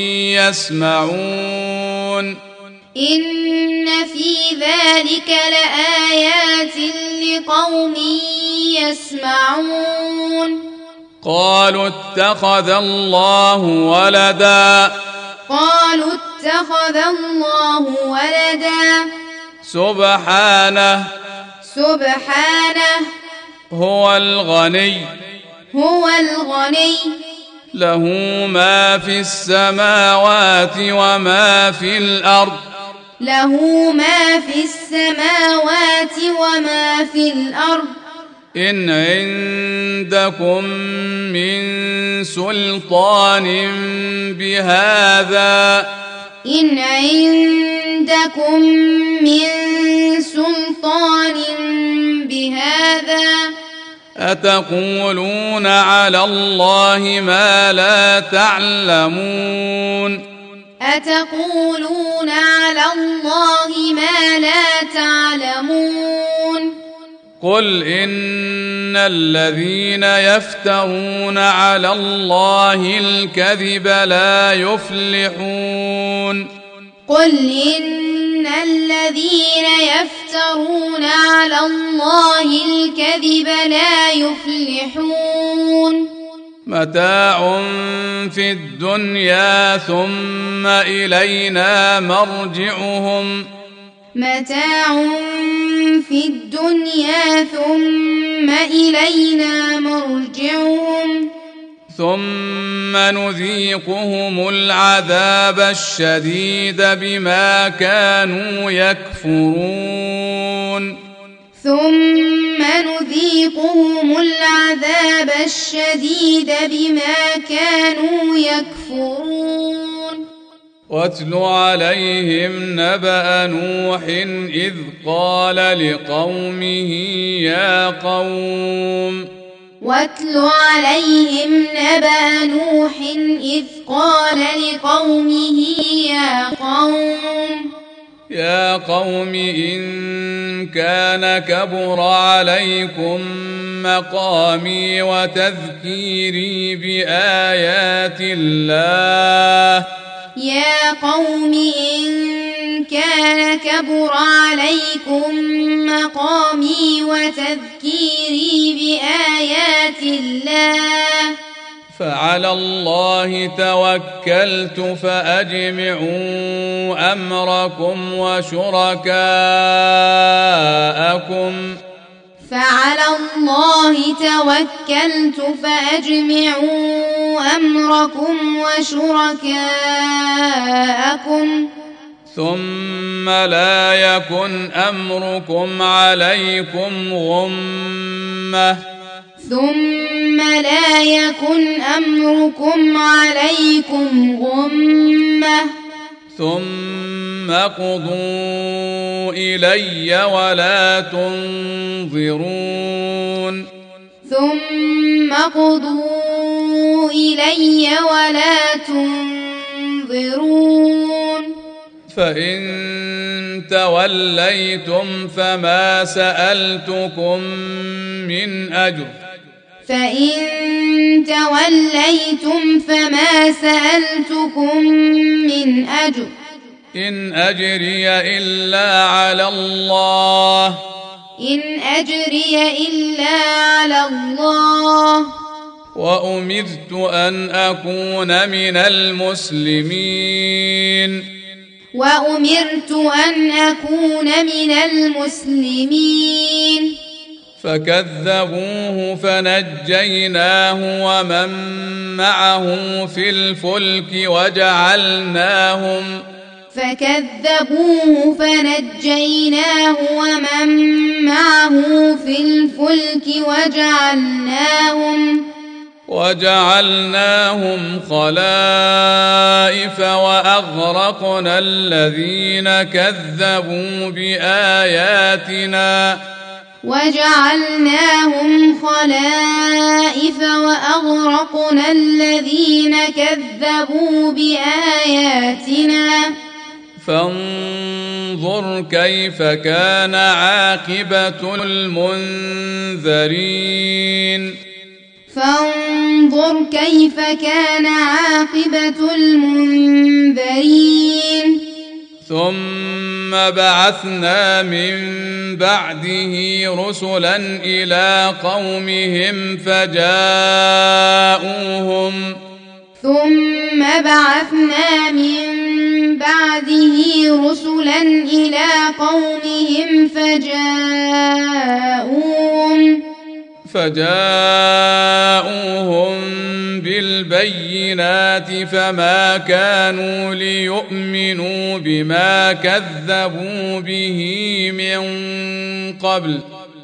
Speaker 1: يسمعون
Speaker 2: إن في ذلك لآيات لقوم يسمعون
Speaker 1: قالوا اتخذ الله ولدا
Speaker 2: قالوا اتخذ الله ولدا
Speaker 1: سبحانه
Speaker 2: سبحانه
Speaker 1: هو الغني
Speaker 2: هو الغني
Speaker 1: له ما في السماوات وما في الأرض
Speaker 2: له ما في السماوات وما في الأرض
Speaker 1: إن عندكم من سلطان بهذا
Speaker 2: إن عندكم من سلطان بهذا
Speaker 1: أتقولون على الله ما لا تعلمون
Speaker 2: أتقولون على الله ما لا تعلمون
Speaker 1: قل إن الذين يفترون على الله الكذب لا يفلحون
Speaker 2: قل إن الذين يفترون على الله الكذب لا يفلحون
Speaker 1: متاع في الدنيا ثم إلينا مرجعهم
Speaker 2: متاع في الدنيا ثم إلينا
Speaker 1: ثم نذيقهم العذاب الشديد بما كانوا يكفرون
Speaker 2: ثم نذيقهم العذاب الشديد بما كانوا يكفرون
Speaker 1: واتل عليهم نبأ نوح إذ قال لقومه يا قوم
Speaker 2: واتل عليهم نبأ نوح إذ قال لقومه يا قوم
Speaker 1: يا قوم إن كان كبر عليكم مقامي وتذكيري بآيات الله
Speaker 2: يا قوم إن كان كبر عليكم مقامي وتذكيري بآيات الله
Speaker 1: فعلى الله توكلت فأجمعوا أمركم وشركاءكم
Speaker 2: فعلى الله توكلت فأجمعوا أمركم وشركاءكم
Speaker 1: ثم لا يكن أمركم عليكم غمة
Speaker 2: ثم لا يكن أمركم عليكم غمة
Speaker 1: ثم قضوا إلي ولا تنظرون
Speaker 2: ثم قضوا إلي ولا تنظرون
Speaker 1: فإن توليتم فما سألتكم من أجر
Speaker 2: فإن توليتم فما سألتكم من أجر
Speaker 1: إن أجري إلا على الله
Speaker 2: إن أجري إلا على الله
Speaker 1: وأمرت أن أكون من المسلمين
Speaker 2: وأمرت أن أكون من المسلمين
Speaker 1: فكذبوه فنجيناه ومن معه في الفلك وجعلناهم
Speaker 2: فكذبوه فنجيناه ومن معه في الفلك وجعلناهم
Speaker 1: وجعلناهم خلائف وأغرقنا الذين كذبوا بآياتنا
Speaker 2: وجعلناهم خلائف وأغرقنا الذين كذبوا بآياتنا
Speaker 1: فانظر كيف كان عاقبة المنذرين
Speaker 2: فانظر كيف كان عاقبة المنذرين
Speaker 1: ثم بعثنا من بعده رسلا إلى قومهم فجاءوهم
Speaker 2: ثم بعثنا من بعده رسلا إلى قومهم فجاءوهم
Speaker 1: فجاءوهم بالبينات فما كانوا ليؤمنوا بما كذبوا به من قبل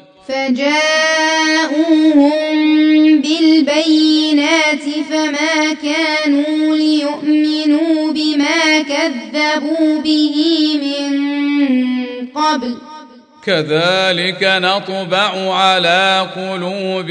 Speaker 2: فجاءوهم بالبينات فما كانوا ليؤمنوا بما كذبوا به من قبل
Speaker 1: كذلك نطبع على قلوب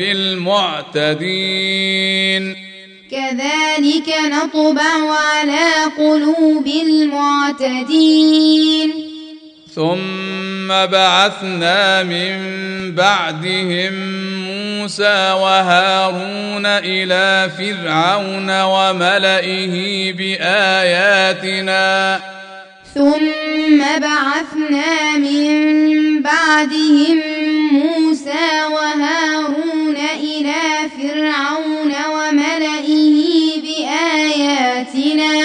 Speaker 1: المعتدين
Speaker 2: كذلك نطبع على قلوب المعتدين
Speaker 1: ثم بعثنا من بعدهم موسى وهارون إلى فرعون وملئه بآياتنا
Speaker 2: ثم بعثنا من بعدهم موسى وهارون إلى فرعون وملئه بآياتنا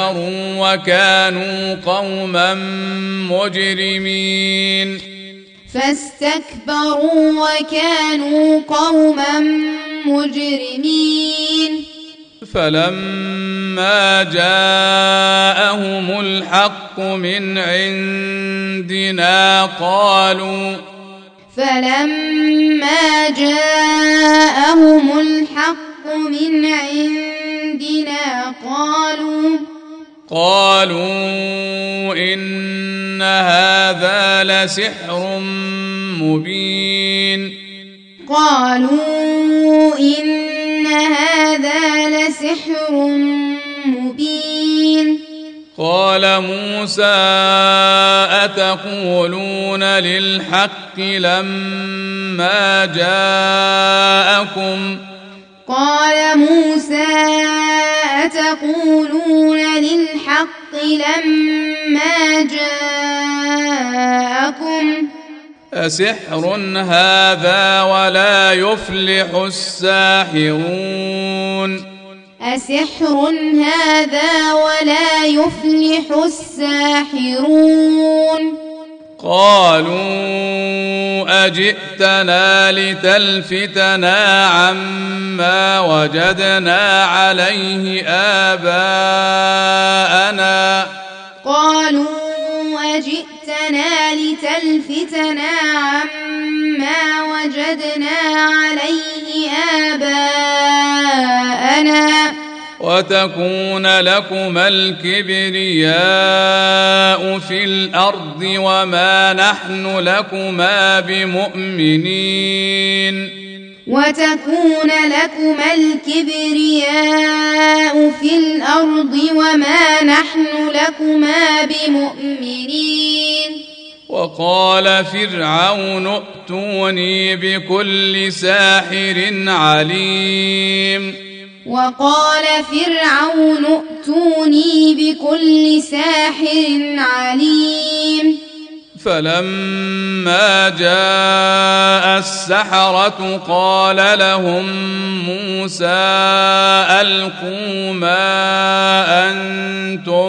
Speaker 1: فاستكبروا وكانوا قوما مجرمين
Speaker 2: فاستكبروا وكانوا قوما مجرمين
Speaker 1: فلما جاءهم الحق من عندنا قالوا
Speaker 2: فلما جاءهم الحق من عندنا قالوا
Speaker 1: قالوا إن هذا لسحر مبين
Speaker 2: قالوا إن هذا لسحر مبين
Speaker 1: قال موسى أتقولون للحق لما جاءكم
Speaker 2: قال موسى أتقولون للحق لما جاءكم
Speaker 1: أسحر هذا ولا يفلح الساحرون
Speaker 2: أسحر هذا ولا يفلح الساحرون
Speaker 1: قالوا أجئتنا لتلفتنا عما وجدنا عليه آباءنا
Speaker 2: قالوا أجئتنا لتلفتنا عما وجدنا عليه آباءنا
Speaker 1: وتكون لكما الكبرياء في الأرض وما نحن لكما بمؤمنين
Speaker 2: وتكون لكما الكبرياء في الأرض وما نحن لكما بمؤمنين
Speaker 1: وقال فرعون ائتوني بكل ساحر عليم
Speaker 2: وقال فرعون ائتوني بكل ساحر عليم
Speaker 1: فلما جاء السحرة قال لهم موسى ألقوا ما أنتم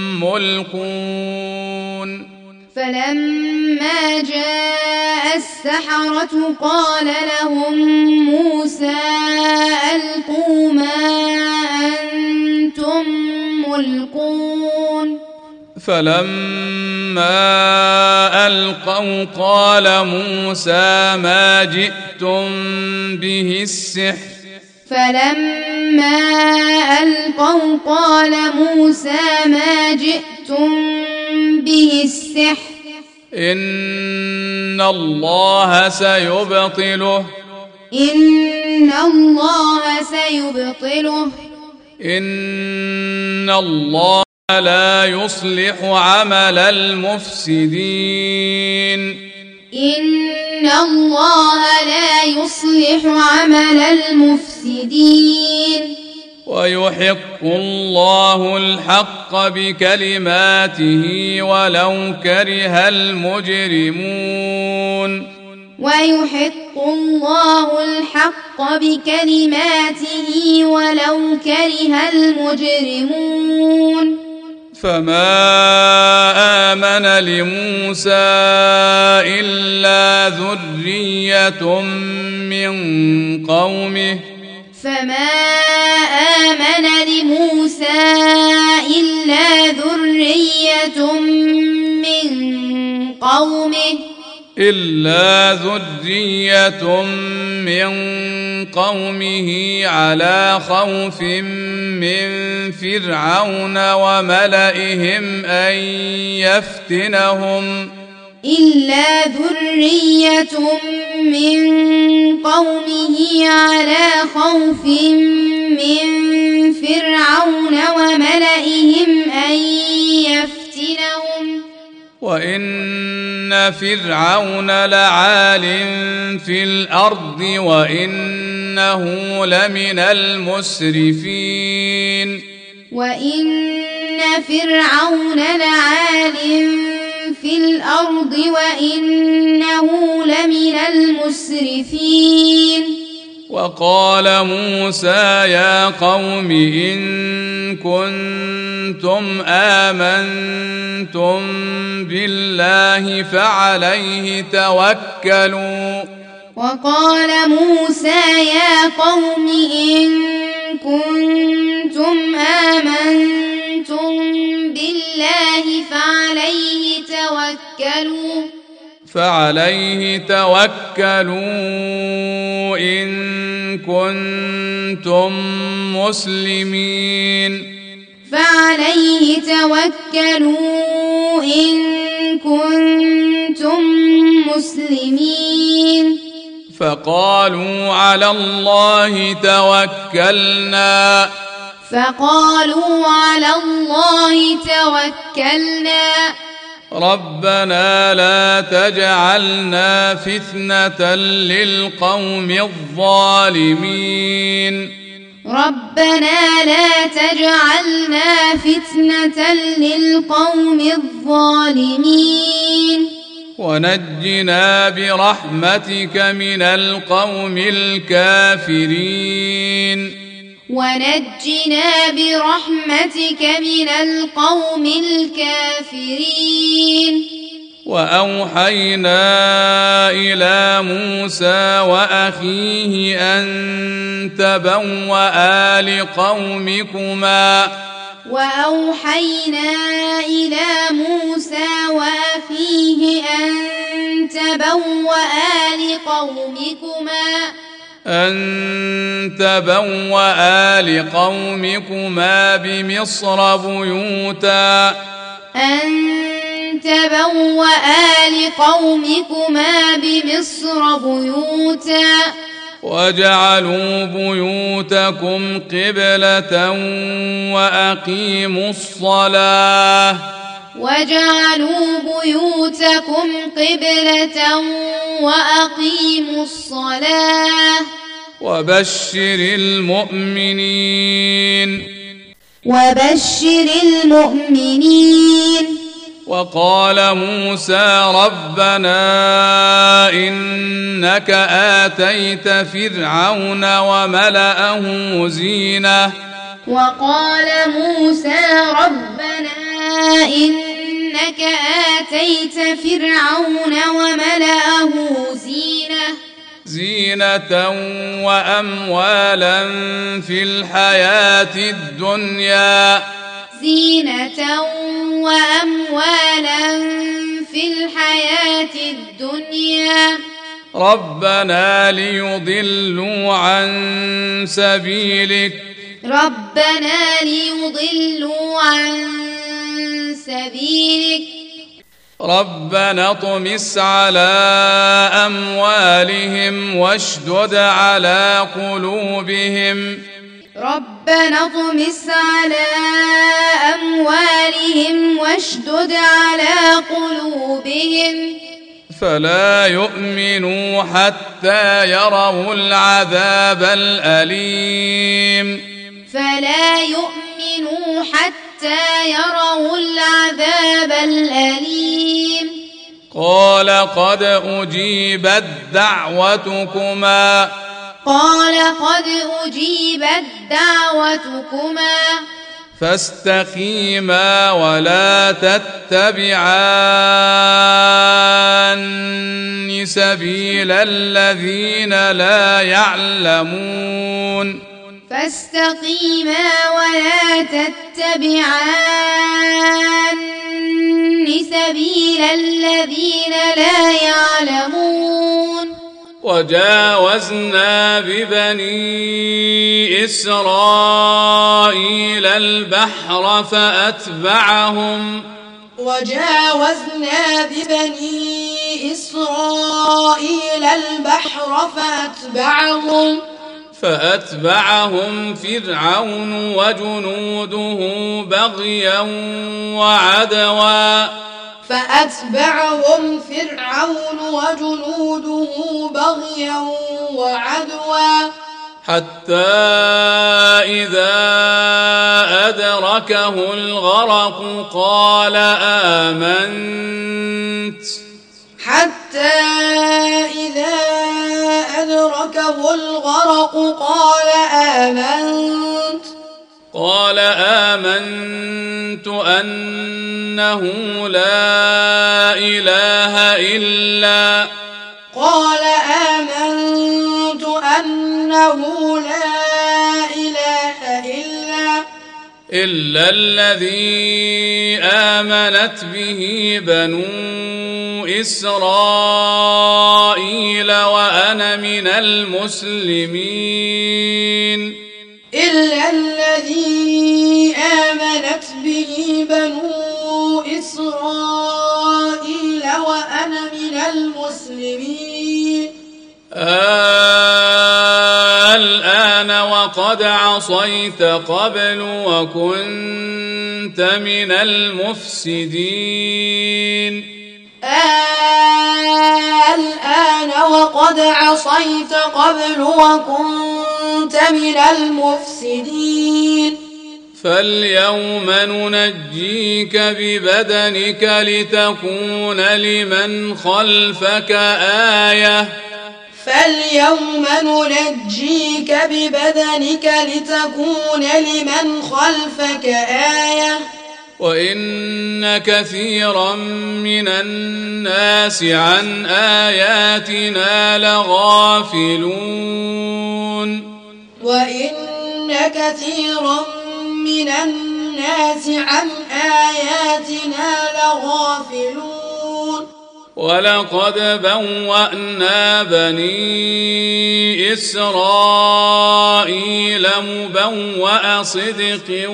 Speaker 1: ملقون
Speaker 2: فلما جاء السحرة قال لهم موسى ألقوا ما أنتم ملقون
Speaker 1: فلما ألقوا قال موسى ما جئتم به السحر
Speaker 2: فلما ألقوا قال موسى ما جئتم به السحر
Speaker 1: إن الله سيبطله
Speaker 2: إن الله سيبطله
Speaker 1: إن الله لا يصلح عمل المفسدين
Speaker 2: إن الله لا يصلح عمل المفسدين
Speaker 1: ويحق الله الحق بكلماته ولو كره المجرمون
Speaker 2: ويحق الله الحق بكلماته ولو كره المجرمون
Speaker 1: فما آمن لموسى إلا ذرية من قومه
Speaker 2: فما آمن لموسى إلا ذرية من قومه
Speaker 1: إلا ذرية من قومه على خوف من فرعون وملئهم أن يفتنهم
Speaker 2: إلا ذرية من قومه على خوف من فرعون وملئهم أن يفتنهم
Speaker 1: وإن فرعون لعال في الأرض وإنه لمن المسرفين
Speaker 2: وإن فرعون لعال في الأرض وإنه لمن المسرفين
Speaker 1: وقال موسى يا قوم إن كنتم آمنتم بالله فعليه توكلوا
Speaker 2: وقال موسى يا قوم إن كنتم آمنتم بالله فعليه توكلوا
Speaker 1: فعليه توكلوا إن كنتم مسلمين
Speaker 2: فعليه توكلوا إن كنتم مسلمين
Speaker 1: فقالوا على الله توكلنا
Speaker 2: فقالوا على الله توكلنا
Speaker 1: ربنا لا تجعلنا فتنة للقوم الظالمين
Speaker 2: ربنا لا تجعلنا فتنة للقوم الظالمين
Speaker 1: ونجنا برحمتك من القوم الكافرين
Speaker 2: ونجنا برحمتك من القوم الكافرين
Speaker 1: وأوحينا إلى موسى وأخيه أن تبوأ لقومكما
Speaker 2: وأوحينا إلى موسى وأخيه أن تبوأ لقومكما
Speaker 1: أن تبوأ لقومكما بمصر بيوتا
Speaker 2: أن تبوأ لقومكما بمصر بيوتا
Speaker 1: واجعلوا بيوتكم قبلة وأقيموا الصلاة
Speaker 2: واجعلوا بيوتكم قبلة وأقيموا الصلاة
Speaker 1: وبشر المؤمنين
Speaker 2: وبشر المؤمنين
Speaker 1: وقال موسى ربنا إنك آتيت فرعون وملأه زينة
Speaker 2: وقال موسى ربنا إنك آتيت فرعون وملأه زينة
Speaker 1: زينة وأموالا في الحياة الدنيا
Speaker 2: زينة وأموالا في الحياة الدنيا
Speaker 1: ربنا ليضلوا عن سبيلك
Speaker 2: ربنا ليضلوا عن سبيلك
Speaker 1: ربنا اطمس على أموالهم واشدد على قلوبهم
Speaker 2: ربنا اطمس على أموالهم واشدد على قلوبهم
Speaker 1: فلا يؤمنوا حتى يروا العذاب الأليم
Speaker 2: فلا يؤمنوا حتى يروا العذاب الأليم
Speaker 1: قال قد أجيبت دعوتكما
Speaker 2: قال قد أجيبت دعوتكما
Speaker 1: فاستقيما ولا تتبعان سبيل الذين لا يعلمون
Speaker 2: فاستقيما ولا تتبعان سبيل الذين لا يعلمون
Speaker 1: وجاوزنا ببني إسرائيل البحر فأتبعهم
Speaker 3: وجاوزنا ببني إسرائيل البحر فأتبعهم
Speaker 1: فأتبعهم فرعون وجنوده بغيا وعدوا
Speaker 3: فأتبعهم فرعون وجنوده بغيا وعدوا
Speaker 1: حتى إذا أدركه الغرق قال آمنت
Speaker 3: حتى إذا أدركه أدركه الغرق قال آمنت
Speaker 1: قال آمنت أنه لا إله إلا
Speaker 3: قال آمنت أنه لا إله إلا
Speaker 1: إلا الذي آمنت به بنو إسرائيل وأنا من المسلمين
Speaker 3: إلا الذي آمنت به بنو إسرائيل وأنا من المسلمين
Speaker 1: الآن وقد عصيت قبل وكنت من المفسدين
Speaker 3: الآن وقد عصيت قبل وكنت من المفسدين
Speaker 1: فاليوم ننجيك ببدنك لتكون لمن خلفك آية
Speaker 3: فاليوم ننجيك ببدنك لتكون لمن خلفك آية
Speaker 1: وإن كثيرا من الناس عن آياتنا لغافلون
Speaker 3: وإن كثيرا من الناس عن آياتنا لغافلون
Speaker 1: ولقد بوأنا بني إسرائيل مبوأ صدق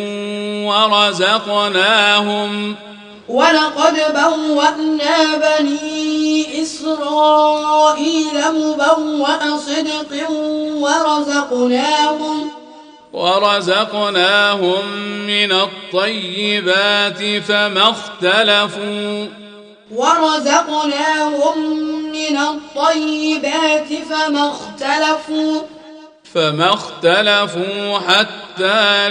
Speaker 1: ورزقناهم
Speaker 3: ولقد بوأنا بني إسرائيل مبوأ صدق ورزقناهم
Speaker 1: ورزقناهم من الطيبات فما اختلفوا
Speaker 3: ورزقناهم من الطيبات فما اختلفوا
Speaker 1: فما اختلفوا حتى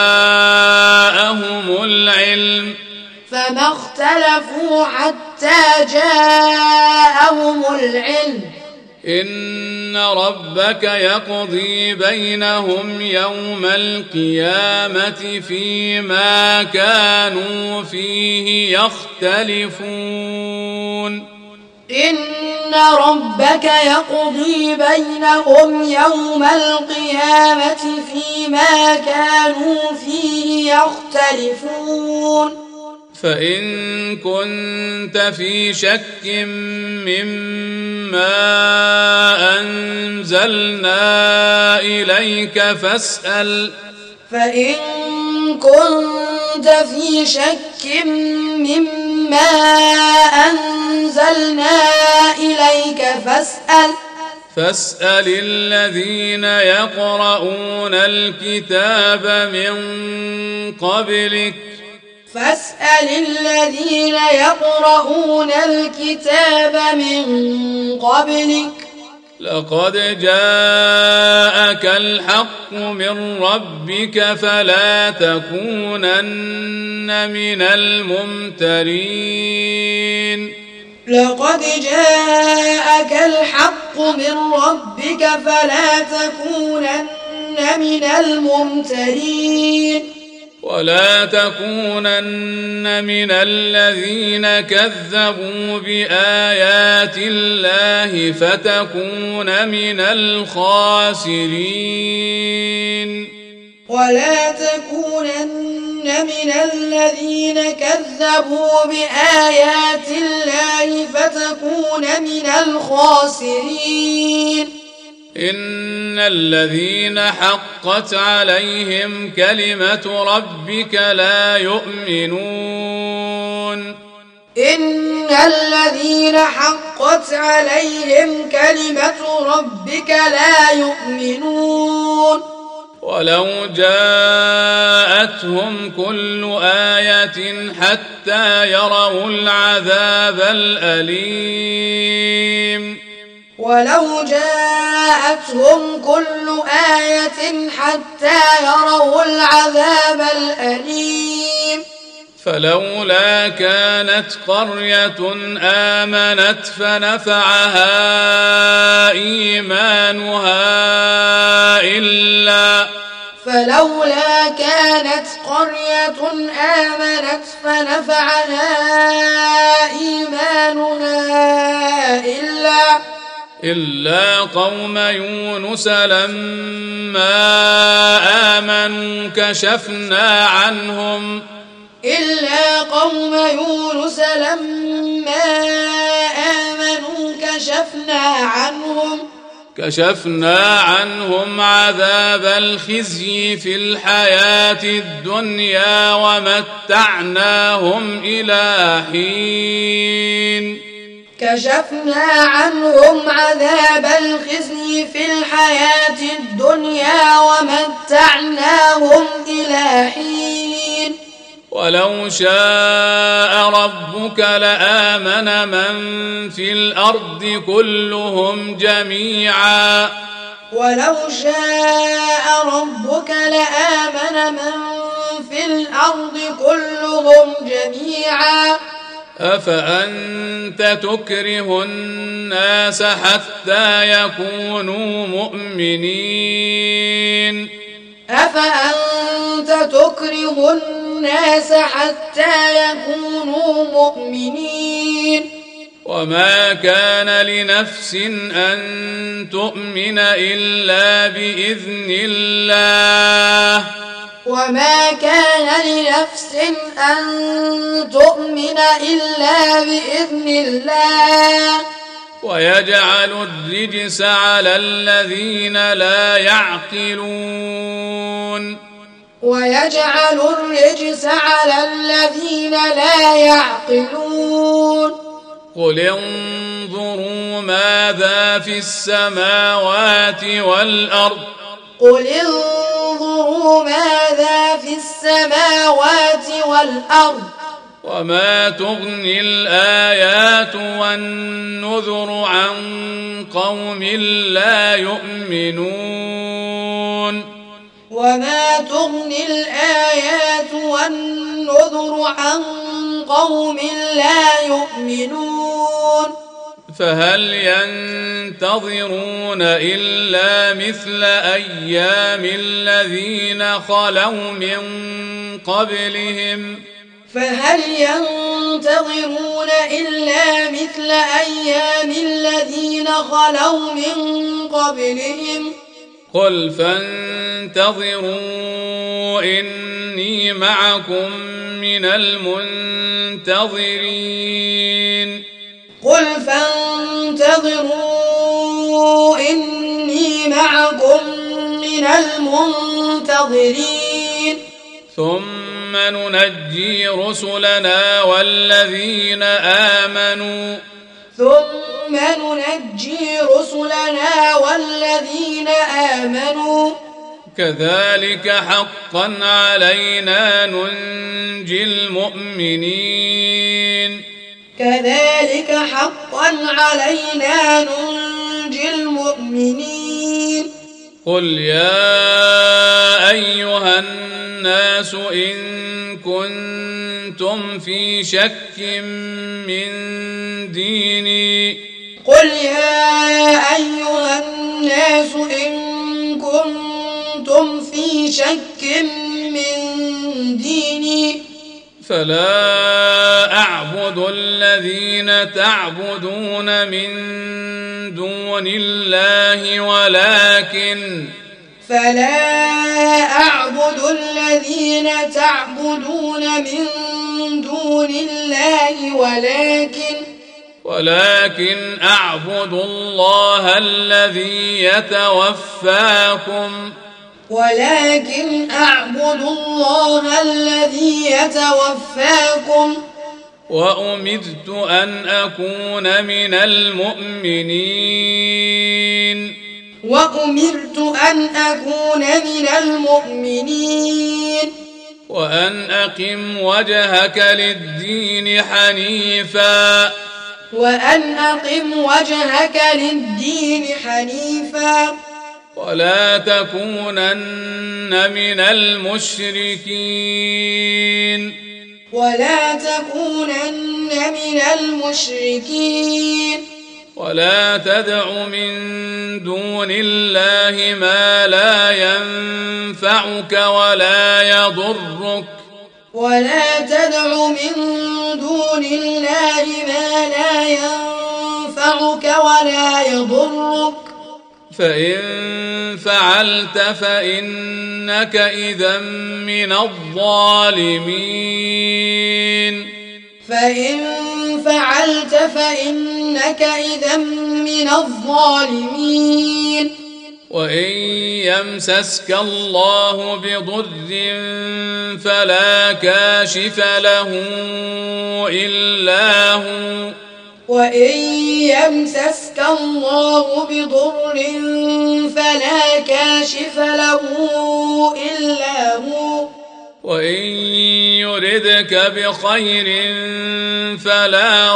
Speaker 1: جاءهم العلم
Speaker 3: فما اختلفوا حتى جاءهم العلم
Speaker 1: إن ربك يقضي بينهم يوم القيامة فيما كانوا فيه يختلفون
Speaker 3: إن ربك يقضي بينهم يوم القيامة فيما كانوا فيه يختلفون
Speaker 1: فإن كنت في شك مما أنزلنا إليك فاسأل
Speaker 3: فإن كنت في شك مما أنزلنا إليك فاسأل
Speaker 1: فاسأل الذين يقرؤون الكتاب من قبلك
Speaker 3: فاسأل الذين يقرؤون الكتاب من قبلك
Speaker 1: لقد جاءك الحق من ربك فلا تكونن من الممترين
Speaker 3: لقد جاءك الحق من ربك فلا تكونن من الممترين
Speaker 1: ولا تكونن من الذين كذبوا بآيات الله فتكون من الخاسرين
Speaker 3: ولا تكونن من الذين كذبوا بآيات الله فتكون من الخاسرين
Speaker 1: إن الذين حقت عليهم كلمة ربك لا يؤمنون
Speaker 3: إن الذين حقت عليهم كلمة ربك لا يؤمنون
Speaker 1: ولو جاءتهم كل آية حتى يروا العذاب الأليم
Speaker 3: ولو جاءتهم كل آية حتى يروا العذاب الأليم
Speaker 1: فلولا كانت قرية آمنت فنفعها إيمانها إلا
Speaker 3: فلولا كانت قرية آمنت فنفعها إيمانها إلا
Speaker 1: إلا قوم يونس لما آمنوا كشفنا عنهم
Speaker 3: إلا قوم يونس لما آمنوا كشفنا عنهم
Speaker 1: كشفنا عنهم عذاب الخزي في الحياة الدنيا ومتعناهم إلى حين
Speaker 3: كشفنا عنهم عذاب الخزي في الحياة الدنيا ومتعناهم إلى حين
Speaker 1: ولو شاء ربك لآمن من في الأرض كلهم جميعا
Speaker 3: ولو شاء ربك لآمن من في الأرض كلهم جميعا
Speaker 1: أفأنت تكره الناس حتى يكونوا مؤمنين
Speaker 3: أفأنت تكره الناس حتى يكونوا مؤمنين
Speaker 1: وما كان لنفس أن تؤمن إلا بإذن الله
Speaker 3: وما كان لنفس أن تؤمن إلا بإذن الله
Speaker 1: ويجعل الرجس على الذين لا يعقلون
Speaker 3: ويجعل الرجس على الذين لا يعقلون
Speaker 1: قل انظروا ماذا في السماوات والأرض
Speaker 3: قل انظروا ماذا في السماوات والأرض
Speaker 1: وما تغني الآيات والنذر عن قوم لا يؤمنون
Speaker 3: وما تغني الآيات والنذر عن قوم لا يؤمنون
Speaker 1: فهل ينتظرون إلا مثل أيام الذين خلوا من قبلهم
Speaker 3: فهل ينتظرون إلا مثل أيام الذين خلوا من قبلهم
Speaker 1: قل فانتظروا إني معكم من المنتظرين
Speaker 3: قل فانتظروا إني معكم من المنتظرين
Speaker 1: ثم ننجي رسلنا والذين آمنوا
Speaker 3: ثم ننجي رسلنا والذين آمنوا
Speaker 1: كذلك حقا علينا ننجي المؤمنين
Speaker 3: كذلك حقا علينا ننجي المؤمنين
Speaker 1: قل يا أيها الناس إن كنتم في شك من ديني
Speaker 3: قل يا أيها الناس إن كنتم في شك من ديني
Speaker 1: فلا أعبد الذين تعبدون من دون الله ولكن
Speaker 3: فلا أعبد الذين تعبدون من دون الله ولكن
Speaker 1: ولكن أعبد الله الذي يتوفاكم
Speaker 3: ولكن أعبد الله الذي يتوفاكم
Speaker 1: وأمرت أن أكون من المؤمنين
Speaker 3: وأمرت أن أكون من المؤمنين
Speaker 1: وأن أقم وجهك للدين حنيفا
Speaker 3: وأن أقم وجهك للدين حنيفا
Speaker 1: ولا تكونن من المشركين
Speaker 3: ولا تكونن من المشركين
Speaker 1: ولا تدع من دون الله ما لا ينفعك ولا يضرك
Speaker 3: ولا تدع من دون الله ما لا ينفعك ولا يضرك
Speaker 1: فإن فعلت فإنك إذا من الظالمين
Speaker 3: فإن فعلت فإنك إذا من الظالمين
Speaker 1: وإن يمسسك الله بضر فلا كاشف له إلا هو
Speaker 3: وإن يمسسك الله بضر فلا كاشف له إلا هو
Speaker 1: وإن يردك بخير فلا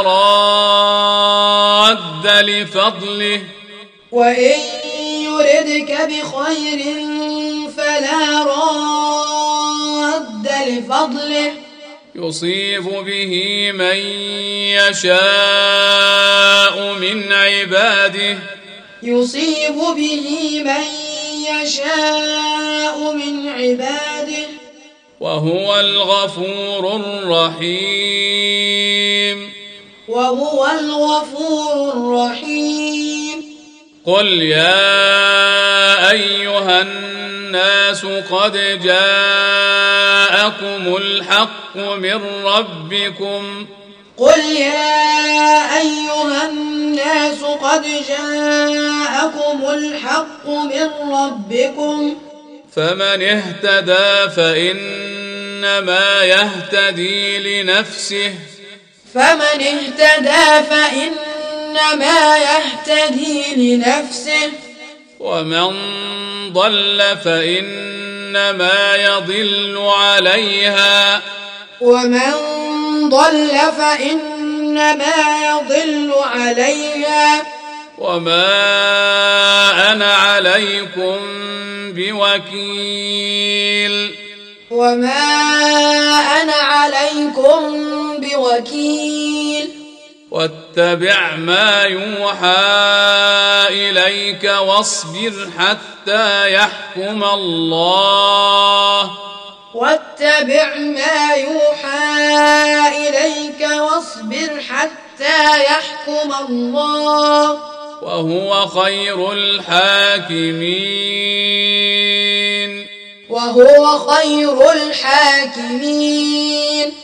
Speaker 1: راد لفضله
Speaker 3: وإن يردك بخير فلا راد لفضله
Speaker 1: يصيب به من يشاء من عباده
Speaker 3: يصيب به من يشاء من عباده
Speaker 1: وهو الغفور الرحيم
Speaker 3: وهو الغفور الرحيم
Speaker 1: قل يا أيها الناس قد جاءكم الحق من ربكم
Speaker 3: قل يا أيها الناس قد جاءكم الحق من ربكم
Speaker 1: فمن اهتدى فإنما يهتدي لنفسه
Speaker 3: فمن اهتدى فإنما يهتدي لنفسه
Speaker 1: ومن ضل فإنما يضل عليها
Speaker 3: ومن ضل فإنما يضل عليها
Speaker 1: وما أنا عليكم بوكيل
Speaker 3: وما أنا عليكم بوكيل
Speaker 1: واتبع ما يوحى إليك واصبر حتى يحكم الله
Speaker 3: واتبع ما يوحى إليك واصبر حتى يحكم الله
Speaker 1: وهو خير الحاكمين
Speaker 3: وهو خير الحاكمين